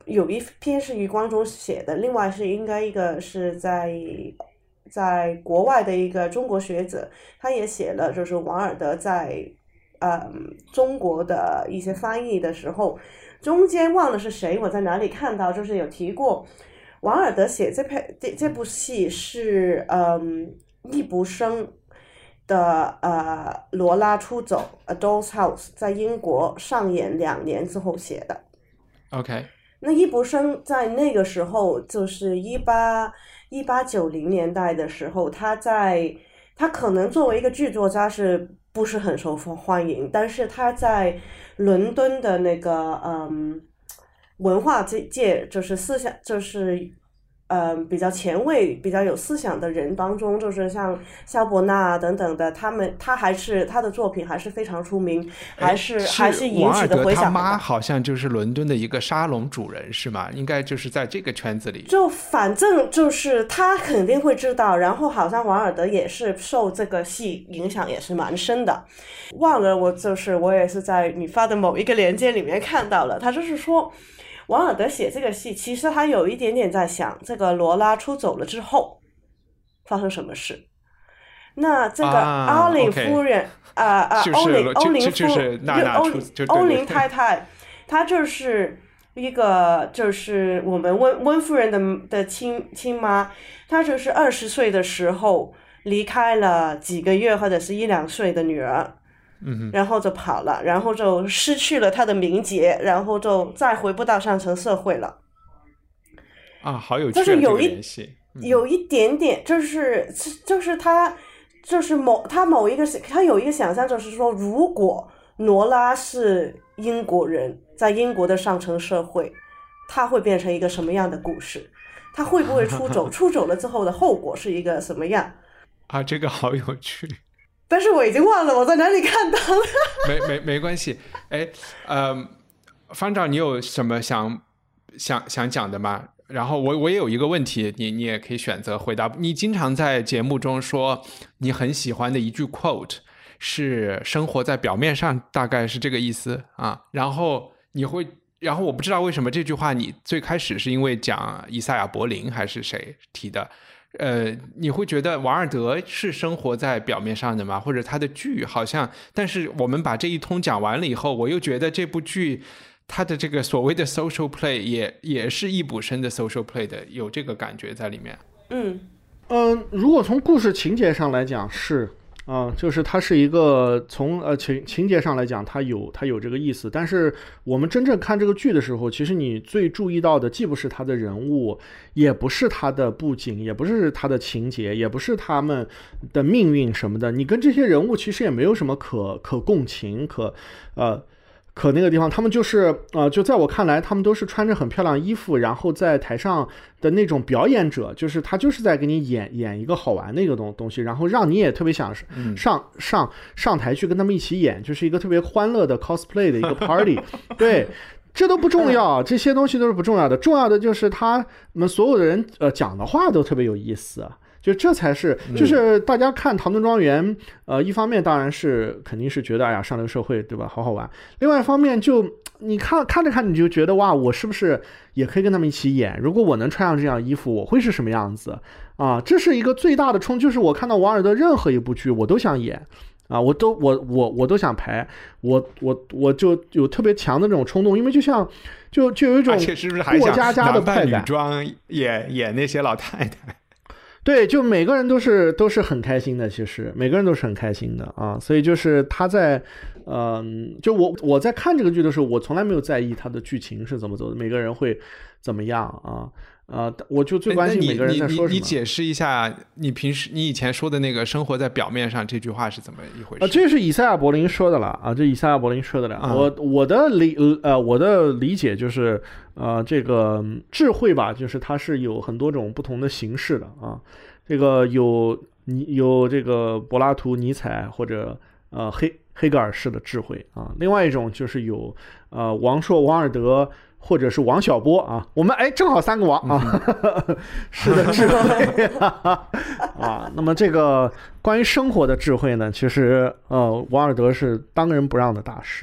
有一篇是余光中写的，另外是应该一个是在在国外的一个中国学者，他也写了，就是王尔德在呃中国的一些翻译的时候，中间忘了是谁，我在哪里看到，就是有提过王尔德写这篇这这部戏是嗯易卜生的呃罗拉出走 A Doll's House 在英国上演两年之后写的。 OK， 那易卜生在那个时候就是一八一八九零年代的时候，他在他可能作为一个剧作家是不是很受欢迎，但是他在伦敦的那个嗯文化界就是思想就是呃，比较前卫比较有思想的人当中，就是像萧伯纳等等的，他们他还是他的作品还是非常出名，还是还是引起的回响的。 王尔德他妈好像就是伦敦的一个沙龙主人是吗？应该就是在这个圈子里， 就反正就是他肯定会知道，然后好像王尔德也是受这个戏影响也是蛮深的。忘了我就是我也是在你发的某一个链接里面看到了，他就是说王尔德写这个戏，其实他有一点点在想这个罗拉出走了之后发生什么事。那这个阿林夫人啊啊，欧林欧林夫人，欧林太太，她就是一个就是我们温温夫人的的亲亲妈，她就是二十岁的时候离开了几个月或者是一两岁的女儿。 嗯， 然后就跑了，然后就失去了他的名节，然后就再回不到上层社会了。 啊，好有趣， 就是有一、 嗯、 有一点点，就是就是他就是某他某一个他有一个想象，就是说，如果罗拉是英国人，在英国的上层社会，他会变成一个什么样的故事？他会不会出走？出走了之后的后果是一个什么样？ 啊，这个好有趣。 但是我已经忘了我在哪里看到了。 没没没关系，哎，呃，方丈，你有什么想想想讲的吗？然后我我也有一个问题，你你也可以选择回答。你经常在节目中说你很喜欢的一句 quote 是生活在表面上，大概是这个意思啊。然后你会，然后我不知道为什么这句话你最开始是因为讲以赛亚柏林还是谁提的？呃，你会觉得王尔德是生活在表面上的吗？或者他的剧好像，但是我们把这一通讲完了以后，我又觉得这部剧他的这个所谓的 social play 也也是易卜生的 social play 的，有这个感觉在里面。 嗯嗯、呃，如果从故事情节上来讲是啊、呃，就是它是一个从呃情情节上来讲，它有它有这个意思。但是我们真正看这个剧的时候，其实你最注意到的，既不是他的人物，也不是他的布景，也不是他的情节，也不是他们的命运什么的。你跟这些人物其实也没有什么可可共情，可呃。可那个地方，他们就是呃，就在我看来，他们都是穿着很漂亮衣服，然后在台上的那种表演者，就是他就是在给你演演一个好玩的一个东东西，然后让你也特别想上上上台去跟他们一起演，就是一个特别欢乐的 cosplay 的一个 party。对，这都不重要，这些东西都是不重要的，重要的就是他们所有的人呃讲的话都特别有意思。就这才是，就是大家看《唐顿庄园》，呃，一方面当然是肯定是觉得哎呀上流社会对吧，好好玩；另外一方面就你看看着看你就觉得哇，我是不是也可以跟他们一起演？如果我能穿上这样衣服，我会是什么样子啊？这是一个最大的冲，就是我看到王尔德任何一部剧我都想演啊，我都我我我都想排，我我我就有特别强的这种冲动，因为就像就就有一种过家家的快感， 男扮女装演演那些老太太。 对，就每个人都是都是很开心的，其实每个人都是很开心的啊，所以就是他在，嗯、呃，就我我在看这个剧的时候，我从来没有在意他的剧情是怎么走的，每个人会怎么样啊。呃，我就最关心每个人在说什么。 你, 你, 你解释一下，你平时你以前说的那个生活在表面上这句话是怎么一回事？ 啊，这是以赛亚柏林说的了啊，这以赛亚柏林说的了。嗯、我我的理呃我的理解就是呃这个智慧吧，就是它是有很多种不同的形式的啊。这个有你有这个柏拉图、尼采或者呃黑黑格尔式的智慧啊，另外一种就是有呃王朔、王尔德。或者是王小波啊，我们哎正好三个王啊，嗯、是的智慧啊, 啊。那么这个关于生活的智慧呢，其实呃王尔德是当仁不让的大师啊。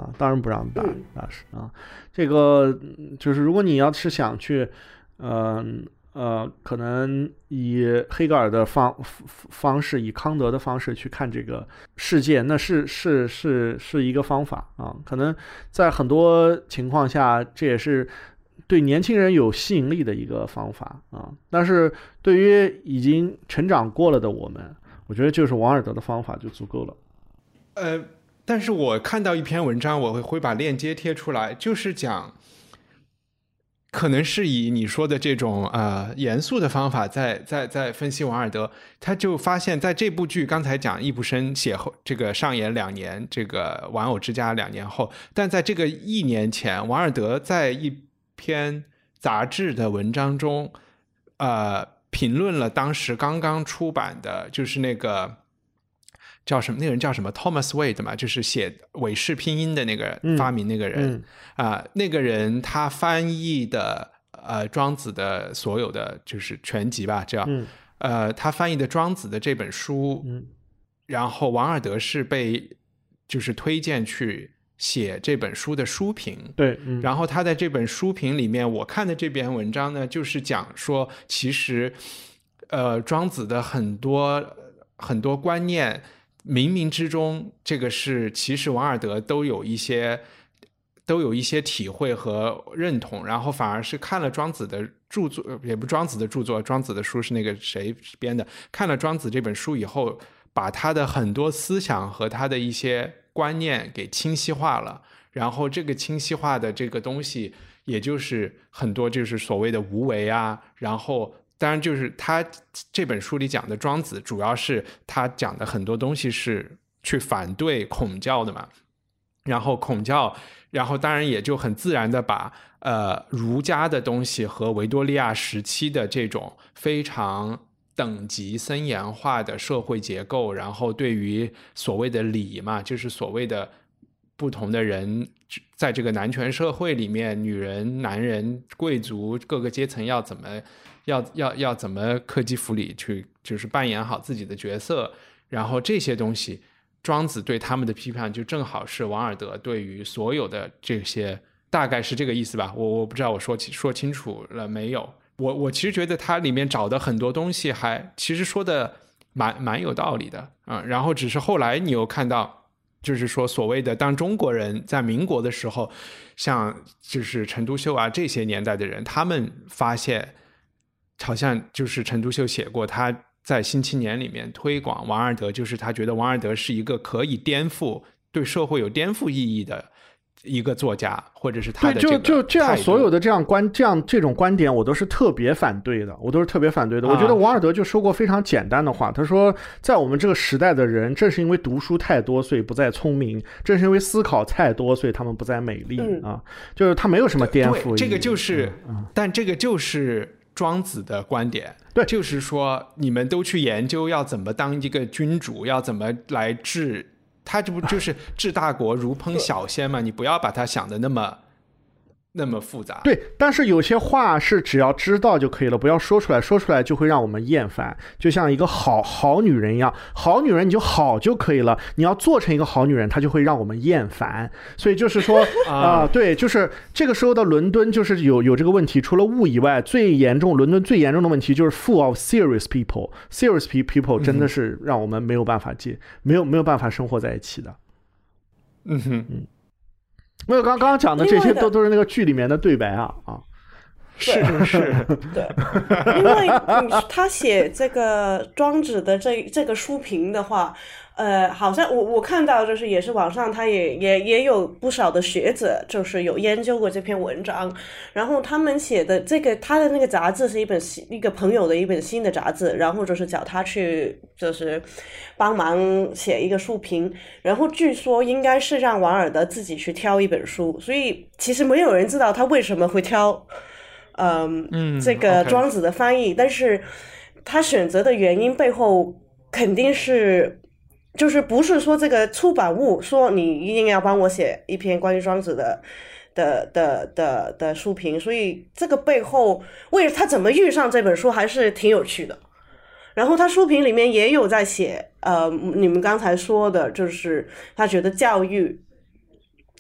啊，当然不让打打是啊。这个就是如果你要是想去，呃呃，可能以黑格尔的方方式，以康德的方式去看这个世界，那是是是是一个方法啊。可能在很多情况下，这也是对年轻人有吸引力的一个方法啊。但是对于已经成长过了的我们，我觉得就是王尔德的方法就足够了。 呃，但是我看到一篇文章，我会会把链接贴出来，就是讲，可能是以你说的这种呃严肃的方法在在在分析王尔德，他就发现在这部剧刚才讲易卜生写后这个上演两年，这个玩偶之家两年后，但在这个一年前，王尔德在一篇杂志的文章中，呃，评论了当时刚刚出版的，就是那个。叫什么？那个人叫什么 ？Thomas Wade 嘛，就是写韦氏拼音的那个、嗯、发明那个人啊、嗯呃，那个人他翻译的呃庄子的所有的就是全集吧，这样、嗯、呃，他翻译的庄子的这本书，嗯、然后王尔德是被就是推荐去写这本书的书评， 对、嗯， 然后他在这本书评里面，我看的这篇文章呢，就是讲说，其实呃庄子的很多很多观念。冥冥之中，这个是其实王尔德都有一些都有一些体会和认同，然后反而是看了庄子的著作，也不庄子的著作，庄子的书是那个谁编的，看了庄子这本书以后，把他的很多思想和他的一些观念给清晰化了，然后这个清晰化的这个东西，也就是很多就是所谓的无为啊，然后。当然就是他这本书里讲的庄子，主要是他讲的很多东西是去反对孔教的嘛，然后孔教，然后当然也就很自然的把呃儒家的东西和维多利亚时期的这种非常等级森严化的社会结构，然后对于所谓的礼嘛，就是所谓的不同的人在这个男权社会里面，女人、男人、贵族各个阶层要怎么要要要怎么克己复礼去，就是扮演好自己的角色，然后这些东西，庄子对他们的批判就正好是王尔德对于所有的这些，大概是这个意思吧。我我不知道我说说清楚了没有。我我其实觉得他里面找的很多东西还其实说的蛮蛮有道理的啊、嗯。然后只是后来你又看到，就是说所谓的当中国人在民国的时候，像就是陈独秀啊这些年代的人，他们发现。好像就是陈独秀写过，他在《新青年》里面推广王尔德，就是他觉得王尔德是一个可以颠覆对社会有颠覆意义的一个作家，或者是他的这个对，就就这样，所有的这样观这样这种观点，我都是特别反对的，我都是特别反对的。我觉得王尔德就说过非常简单的话，他说，在我们这个时代的人，正是因为读书太多，所以不再聪明；正是因为思考太多，所以他们不再美丽、嗯、啊。就是他没有什么颠覆意义。 这个就是，嗯、但这个就是庄子的观点。对，就是说你们都去研究要怎么当一个君主，要怎么来治。他这不就是治大国如烹小鲜吗？你不要把它想的那么那么复杂。 对，但是有些话是只要知道就可以了，不要说出来，说出来就会让我们厌烦。就像一个好好女人一样，好女人你就好就可以了，你要做成一个好女人，她就会让我们厌烦。所以就是说啊、呃，对，就是这个时候的伦敦就是有有这个问题，除了雾以外，最严重伦敦最严重的问题就是 full of serious people serious people 真的是让我们没有办法接、嗯、没有没有办法生活在一起的。 嗯哼嗯。没有，刚刚讲的这些都都是那个剧里面的对白啊啊， 是是， 对，因为他写这个庄子的这这个书评的话，呃，好像我我看到就是也是网上他也也也有不少的学者就是有研究过这篇文章，然后他们写的这个他的那个杂志是一本一个朋友的一本新的杂志，然后就是找他去就是帮忙写一个书评，然后据说应该是让王尔德自己去挑一本书，所以其实没有人知道他为什么会挑嗯, 嗯这个庄子的翻译、okay. 但是他选择的原因背后肯定是就是不是说这个出版物说你一定要帮我写一篇关于庄子的的的的的书评，所以这个背后为了他怎么遇上这本书还是挺有趣的。然后他书评里面也有在写呃，你们刚才说的就是他觉得教育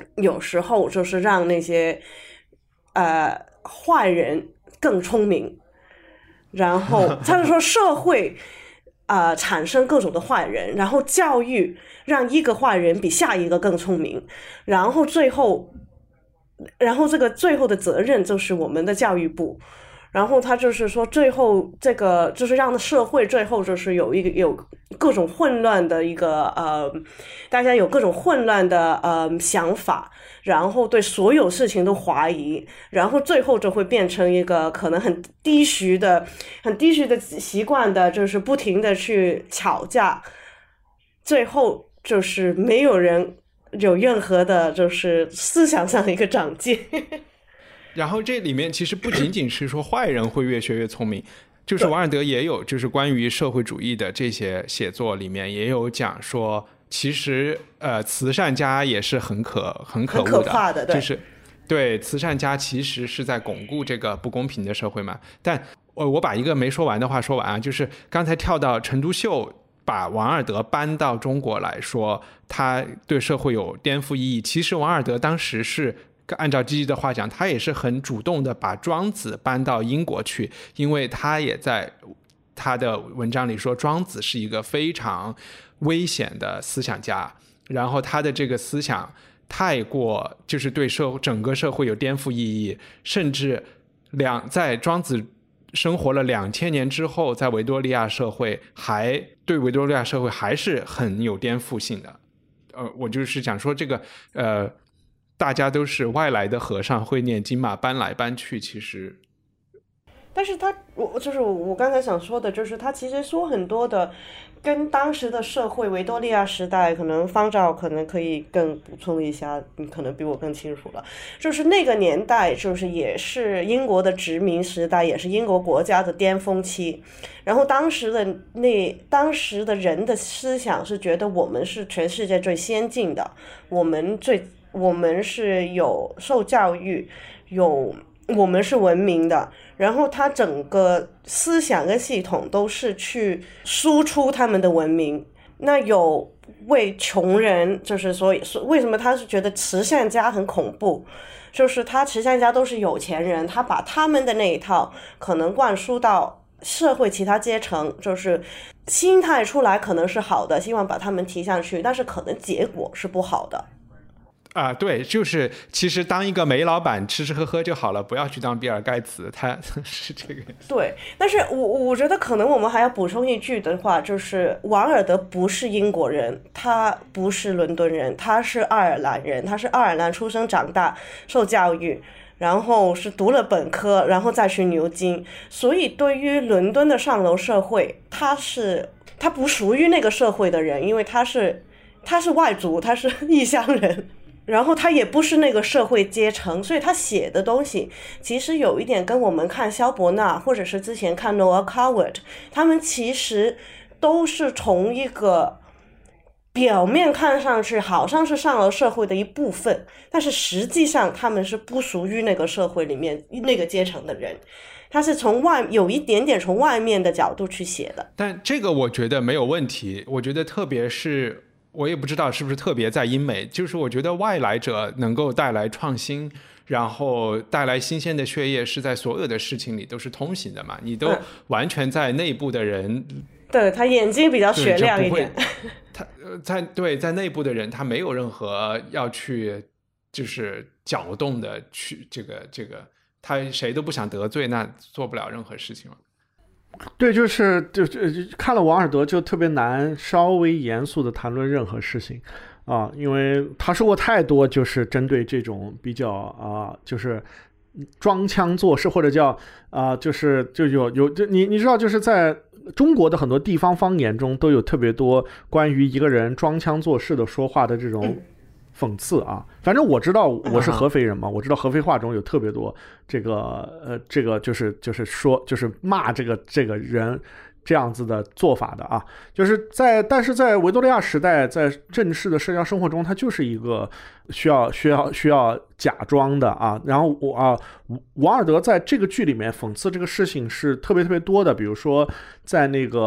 有时候就是让那些呃坏人更聪明，然后他就说社会呃产生各种的坏人，然后教育让一个坏人比下一个更聪明，然后最后然后这个最后的责任就是我们的教育部。然后他就是说最后这个就是让社会最后就是有一个有各种混乱的一个呃大家有各种混乱的呃想法，然后对所有事情都怀疑，然后最后就会变成一个可能很低俗的很低俗的习惯的就是不停的去吵架，最后就是没有人有任何的就是思想上的一个长进。 然后这里面其实不仅仅是说坏人会越学越聪明，就是王尔德也有就是关于社会主义的这些写作里面也有讲说，其实呃慈善家也是很可很可恶的， 很可怕的，对， 就是对慈善家其实是在巩固这个不公平的社会嘛。但我我把一个没说完的话说完啊，就是刚才跳到陈独秀把王尔德搬到中国来说，他对社会有颠覆意义。其实王尔德当时是按照积极的话讲，他也是很主动的把庄子搬到英国去，因为他也在他的文章里说庄子是一个非常危险的思想家，然后他的这个思想太过就是对社整个社会有颠覆意义，甚至两在庄子生活了两千年之后，在维多利亚社会还对维多利亚社会还是很有颠覆性的。呃，我就是想说这个呃。大家都是外来的和尚会念经嘛，搬来搬去，其实， 但是他我就是我刚才想说的，就是他其实说很多的跟当时的社会，维多利亚时代，可能方丈可能可以更补充一下，你可能比我更清楚了。就是那个年代，就是也是英国的殖民时代，也是英国国家的巅峰期。然后当时的那当时的人的思想是觉得我们是全世界最先进的，我们最。我们是有受教育，有我们是文明的，然后他整个思想跟系统都是去输出他们的文明。那有为穷人，就是所以为什么他是觉得慈善家很恐怖，就是他慈善家都是有钱人，他把他们的那一套可能灌输到社会其他阶层，就是心态出来可能是好的，希望把他们提上去，但是可能结果是不好的。 啊，对，就是其实当一个煤老板吃吃喝喝就好了，不要去当比尔盖茨，他是这个。 对，但是我我觉得可能我们还要补充一句的话，就是王尔德不是英国人，他不是伦敦人，他是爱尔兰人，他是爱尔兰出生长大受教育，然后是读了本科，然后再去牛津，所以对于伦敦的上流社会，他是他不属于那个社会的人，因为他是他是外族，他是异乡人。然后他也不是那个社会阶层，所以他写的东西其实有一点跟我们看萧伯纳或者是之前看 Noah Coward， 他们其实都是从一个表面看上去好像是上流社会的一部分，但是实际上他们是不属于那个社会里面那个阶层的人，他是从外有一点点从外面的角度去写的。 但这个我觉得没有问题，我觉得特别是我也不知道是不是特别在英美，就是我觉得外来者能够带来创新，然后带来新鲜的血液，是在所有的事情里都是通行的嘛，你都完全在内部的人、嗯、 对，他眼睛比较雪亮一点， 他在对在内部的人他没有任何要去就是搅动的去这个这个他谁都不想得罪，那做不了任何事情了。 对，就是就就看了王尔德就特别难稍微严肃的谈论任何事情啊，因为他说过太多就是针对这种比较啊，就是装腔作势，或者叫啊，就是就有有就你你知道，就是在中国的很多地方方言中都有特别多关于一个人装腔作势的说话的这种讽刺啊。反正我知道我是合肥人嘛，我知道合肥话中有特别多这个呃这个就是就是说就是骂这个这个人这样子的做法的啊，就是在但是在维多利亚时代，在正式的社交生活中，它就是一个需要需要需要假装的啊。然后我啊，王尔德在这个剧里面讽刺这个事情是特别特别多的，比如说在那个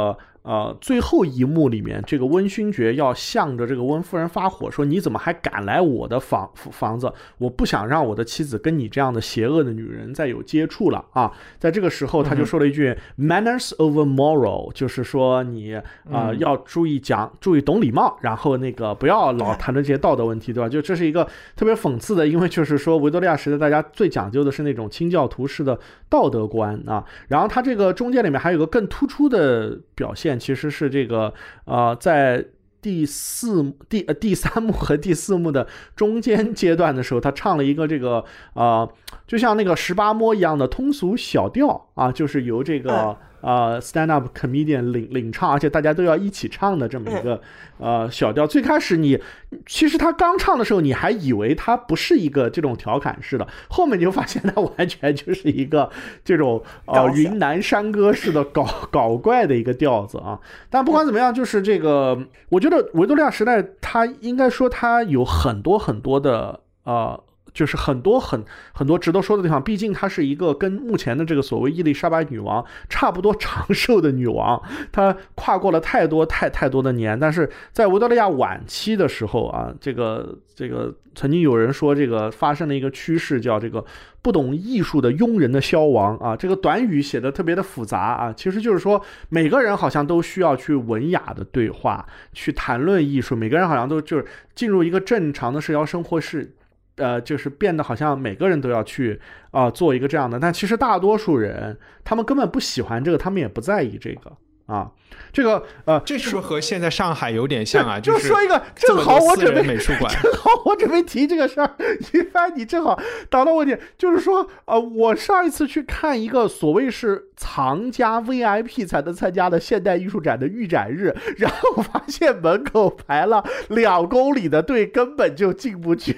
呃最后一幕里面，这个温勋爵要向着这个温夫人发火，说你怎么还敢来我的房房子？我不想让我的妻子跟你这样的邪恶的女人再有接触了啊！在这个时候，他就说了一句、嗯、manners over moral， 就是说你啊、呃嗯、要注意讲，注意懂礼貌，然后那个不要老谈论这些道德问题，对吧？就这是一个特别讽刺的，因为就是说维多利亚时代大家最讲究的是那种清教徒式的道德观啊。然后他这个中间里面还有个更突出的表现，其实是这个呃在第四第呃第三幕和第四幕的中间阶段的时候，他唱了一个这个呃就像那个十八摸一样的通俗小调啊，就是由这个呃 stand up comedian 领领唱，而且大家都要一起唱的这么一个呃小调。最开始你其实他刚唱的时候，你还以为他不是一个这种调侃式的，后面你就发现他完全就是一个这种呃云南山歌式的搞搞怪的一个调子啊。但不管怎么样，就是这个我觉得维多利亚时代他应该说他有很多很多的呃就是很多很很多值得说的地方，毕竟她是一个跟目前的这个所谓伊丽莎白女王差不多长寿的女王，她跨过了太多太太多的年。但是在维多利亚晚期的时候啊，这个这个曾经有人说这个发生了一个趋势，叫这个不懂艺术的庸人的消亡啊。这个短语写的特别的复杂啊，其实就是说每个人好像都需要去文雅的对话，去谈论艺术，每个人好像都就是进入一个正常的社交生活是。呃，就是变得好像每个人都要去啊、呃、做一个这样的，但其实大多数人他们根本不喜欢这个，他们也不在意这个啊。这个呃， 这是不是和现在上海有点像啊？ 就就是说一个，正好我准备美术馆， 正好我准备提这个事儿，一帆你正好打到问题，就是说呃，我上一次去看一个所谓是藏家 V I P 才能参加的现代艺术展的预展日，然后发现门口排了两公里的队，根本就进不去。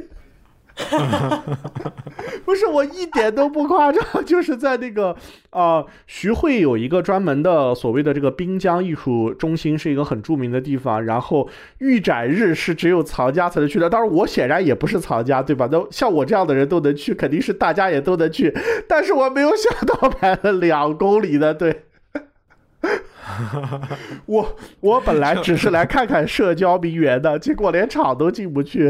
不是，我一点都不夸张，就是在那个呃徐汇有一个专门的所谓的这个滨江艺术中心，是一个很著名的地方，然后预展日是只有藏家才能去的，当然我显然也不是藏家，对吧？都像我这样的人都能去，肯定是大家也都能去，但是我没有想到排了两公里的队。我我本来只是来看看社交名媛的，结果连场都进不去。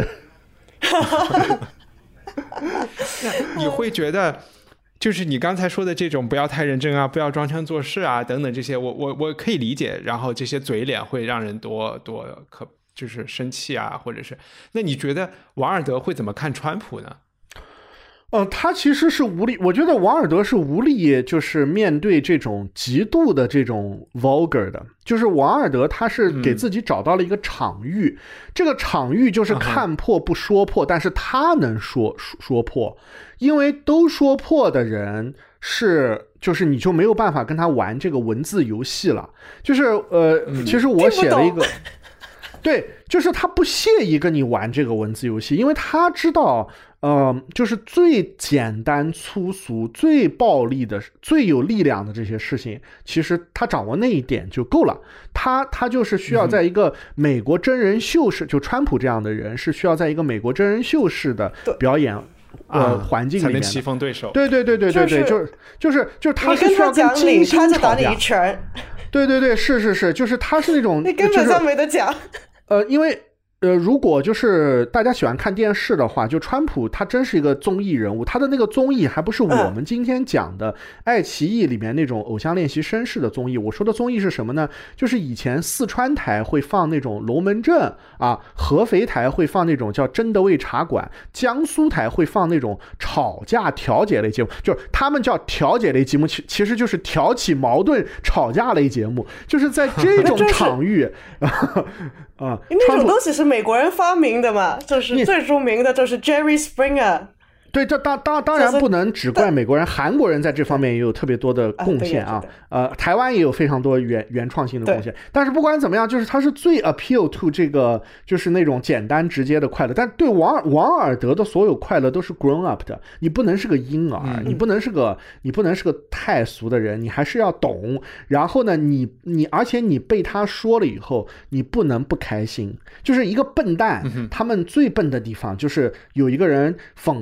你会觉得就是你刚才说的这种不要太认真啊，不要装腔作势啊等等这些，我我我可以理解，然后这些嘴脸会让人多多可就是生气啊，或者是那你觉得王尔德会怎么看川普呢？ 呃，他其实是无力，我觉得王尔德是无力，就是面对这种极度的这种 vulgar 的，就是王尔德他是给自己找到了一个场域，嗯、这个场域就是看破不说破，嗯、但是他能说说破，因为都说破的人是，就是你就没有办法跟他玩这个文字游戏了，就是呃，嗯、其实我写了一个。对，就是他不屑于跟你玩这个文字游戏，因为他知道呃，就是最简单粗俗最暴力的最有力量的这些事情，其实他掌握那一点就够了，他他就是需要在一个美国真人秀式、嗯、就川普这样的人是需要在一个美国真人秀式的表演呃，环境里面才能棋逢对手。 对对对对对对，就是就是就是他是需要跟金星吵架，对对对，是是是，就是他是那种你根本上没得讲。 呃，因为呃，如果就是大家喜欢看电视的话，就川普他真是一个综艺人物，他的那个综艺还不是我们今天讲的爱奇艺里面那种偶像练习生式的综艺。我说的综艺是什么呢？就是以前四川台会放那种龙门阵啊，合肥台会放那种叫真的味茶馆，江苏台会放那种吵架调解类节目，就是他们叫调解类节目，其其实就是挑起矛盾吵架类节目，就是在这种场域啊，那种东西是美国人发明的嘛，就是最著名的就是 Jerry Springer。 对，这当当当然不能只怪美国人，韩国人在这方面也有特别多的贡献啊。呃，台湾也有非常多原原创性的贡献。但是不管怎么样，就是他是最 appeal to 这个就是那种简单直接的快乐。但对王尔王尔德的所有快乐都是 grown up 的，你不能是个婴儿，嗯、你不能是个你不能是个太俗的人，你还是要懂。然后呢，你你而且你被他说了以后，你不能不开心。就是一个笨蛋，嗯、他们最笨的地方就是有一个人讽刺他们。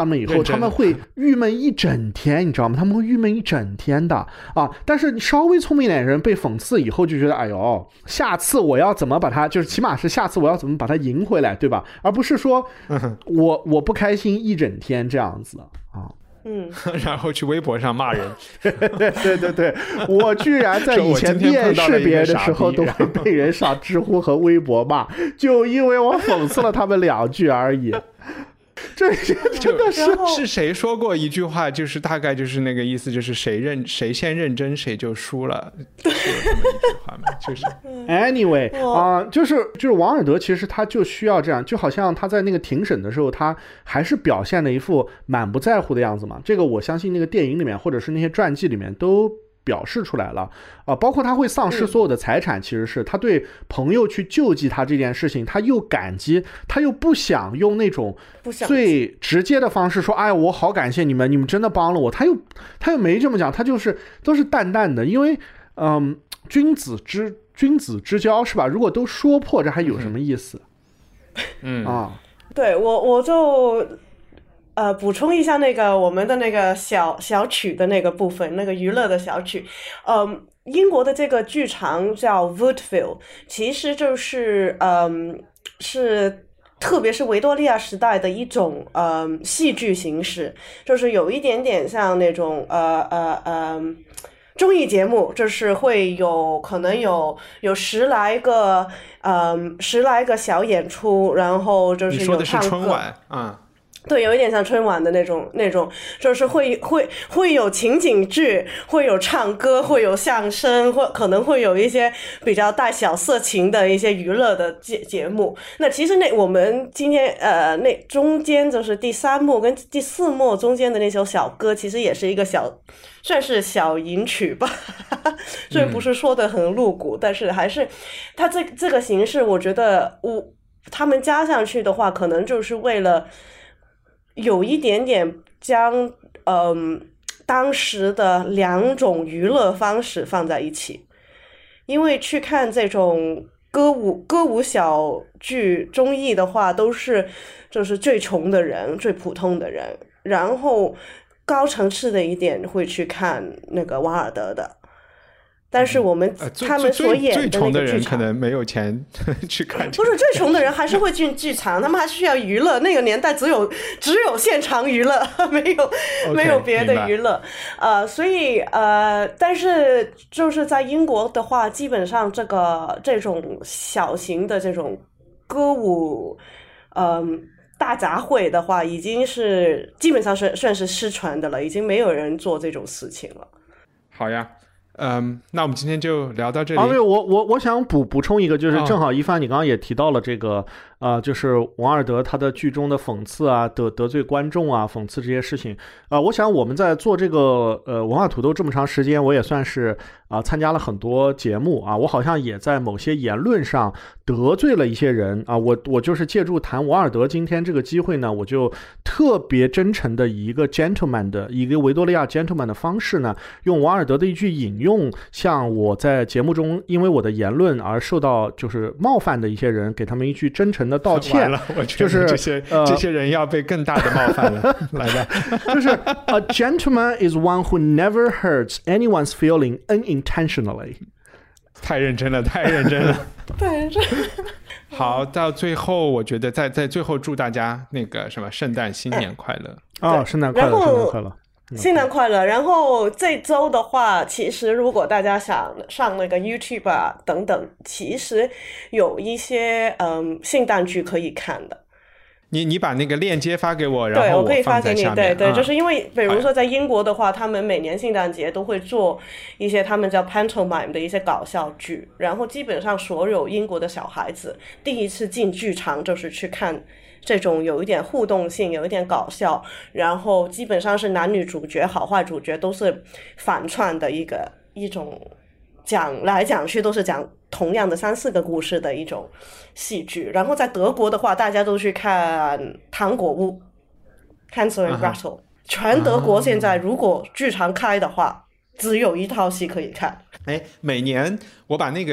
们以后，他们会郁闷一整天，你知道吗？他们会郁闷一整天的啊！但是稍微聪明一点的人被讽刺以后就觉得，哎呦，下次我要怎么把它，就是起码是下次我要怎么把它赢回来，对吧？而不是说我我不开心一整天这样子啊。 嗯， 然后去微博上骂人。 对对对对，我居然在以前面试别人的时候都会被人上知乎和微博骂，就因为我讽刺了他们两句而已。这真的是是谁说过一句话，就是大概就是那个意思，就是谁认谁先认真谁就输了，是有这么一句话吗？就是 anyway 啊、呃，就是就是王尔德其实他就需要这样，就好像他在那个庭审的时候，他还是表现了一副满不在乎的样子嘛。这个我相信那个电影里面或者是那些传记里面都表示出来了啊、呃，包括他会丧失所有的财产，其实是他对朋友去救济他这件事情，他又感激，他又不想用那种最直接的方式说，哎，我好感谢你们，你们真的帮了我。他又他又没这么讲，他就是都是淡淡的，因为嗯，君子之君子之交是吧？如果都说破，这还有什么意思？ 嗯啊， 对我我就。呃，补充一下那个我们的那个小小曲的那个部分，那个娱乐的小曲，嗯，英国的这个剧场叫 Vaudeville， 其实就是嗯是特别是维多利亚时代的一种嗯戏剧形式，就是有一点点像那种呃呃呃综艺节目，就是会有可能有有十来个嗯十来个小演出，然后就是有唱歌。你说的是春晚啊？对，有一点像春晚的那种那种，就是会会会有情景剧，会有唱歌，会有相声，或可能会有一些比较带小色情的一些娱乐的节节目。那其实那我们今天呃那中间就是第三幕跟第四幕中间的那首小歌，其实也是一个小算是小吟曲吧，虽然不是说的很露骨，嗯、但是还是它这这个形式，我觉得我他们加上去的话，可能就是为了。有一点点将嗯当时的两种娱乐方式放在一起，因为去看这种歌舞歌舞小剧综艺的话，都是就是最穷的人、最普通的人，然后高层次的一点会去看那个瓦尔德的。但是我们、嗯呃、他们所演的那个剧场， 最穷的人可能没有钱去看、這個。 不是最穷的人还是会进剧场，他们还是需要娱乐。那个年代只有只有现场娱乐，没有、okay, 没有别的娱乐。呃，所以呃，但是就是在英国的话，基本上这个这种小型的这种歌舞，嗯、呃。大杂烩的话，已经是基本上是算是失传的了，已经没有人做这种事情了。 好呀。嗯，那我们今天就聊到这里。 啊，对，我我我想补补充一个，就是正好一帆，你刚刚也提到了这个，呃，就是王尔德他的剧中的讽刺啊，得得罪观众啊，讽刺这些事情。啊、呃，我想我们在做这个呃文化土豆这么长时间，我也算是啊、呃、参加了很多节目啊，我好像也在某些言论上得罪了一些人啊。我我就是借助谈王尔德今天这个机会呢，我就特别真诚的以一个 gentleman 的一个维多利亚 gentleman 的方式呢，用王尔德的一句引用。用像我在节目中因为我的言论而受到就是冒犯的一些人，给他们一句真诚的道歉。 完了，我觉得这些、就是呃、这些人要被更大的冒犯了。来吧， 就是 A gentleman is one who never hurts anyone's feeling unintentionally。 太认真了，太认真了， 太认真了。 好，到最后，我觉得在在最后祝大家那个什么圣诞新年快乐哦，圣诞快乐，圣诞快乐。 新年快乐！然后这周的话，其实如果大家想上那个 YouTube 啊等等，其实有一些嗯圣诞剧可以看的。 你你把那个链接发给我，然后我可以发给你。对对、 啊， 就是因为比如说在英国的话，他们每年圣诞节都会做一些他们叫 pantomime 的一些搞笑剧，然后基本上所有英国的小孩子第一次进剧场就是去看这种有一点互动性，有一点搞笑，然后基本上是男女主角好坏主角都是反串的一个一种讲来讲去都是讲同样的三四个故事的一种戏剧。然后在德国的话，大家都去看糖果屋 Hansel and Gretel、uh-huh. 全德国现在如果剧场开的话、uh-huh. 只有一套戏可以看。 哎，每年我把那个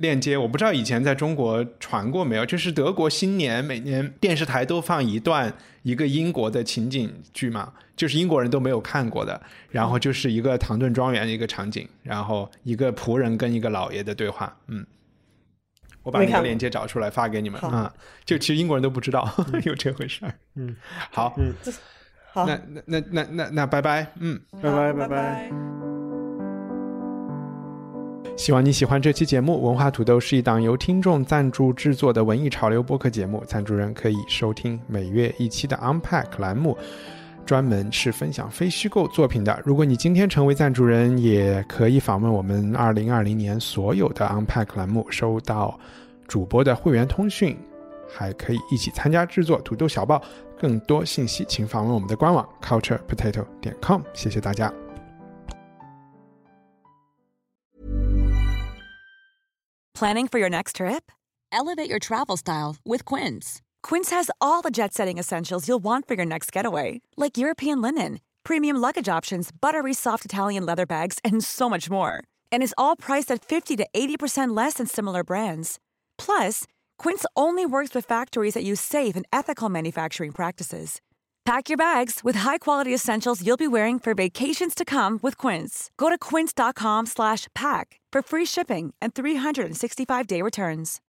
链接，我不知道以前在中国传过没有，就是德国新年每年电视台都放一段一个英国的情景剧嘛，就是英国人都没有看过的，然后就是一个唐顿庄园的一个场景，然后一个仆人跟一个老爷的对话。嗯，我把那个链接找出来发给你们啊、嗯，就其实英国人都不知道有这回事儿。嗯，好，嗯， 好， 那那那那那那拜拜，嗯， 拜拜拜拜。 希望你喜欢这期节目。文化土豆是一档由听众赞助制作的文艺潮流播客节目，赞助人可以收听每月一期的 Unpack 栏目，专门是分享非虚构作品的。如果你今天成为赞助人，也可以访问我们二零二零年所有的 Unpack 栏目，收到主播的会员通讯，还可以一起参加制作土豆小报。更多信息请访问我们的官网 culture potato 点 com。 谢谢大家。 Planning for your next trip? Elevate your travel style with Quince. Quince has all the jet-setting essentials you'll want for your next getaway, like European linen, premium luggage options, buttery soft Italian leather bags, and so much more. And is all priced at fifty to eighty percent less than similar brands. Plus, Quince only works with factories that use safe and ethical manufacturing practices. Pack your bags with high-quality essentials you'll be wearing for vacations to come with Quince. Go to quince.com slash pack for free shipping and three sixty-five day returns.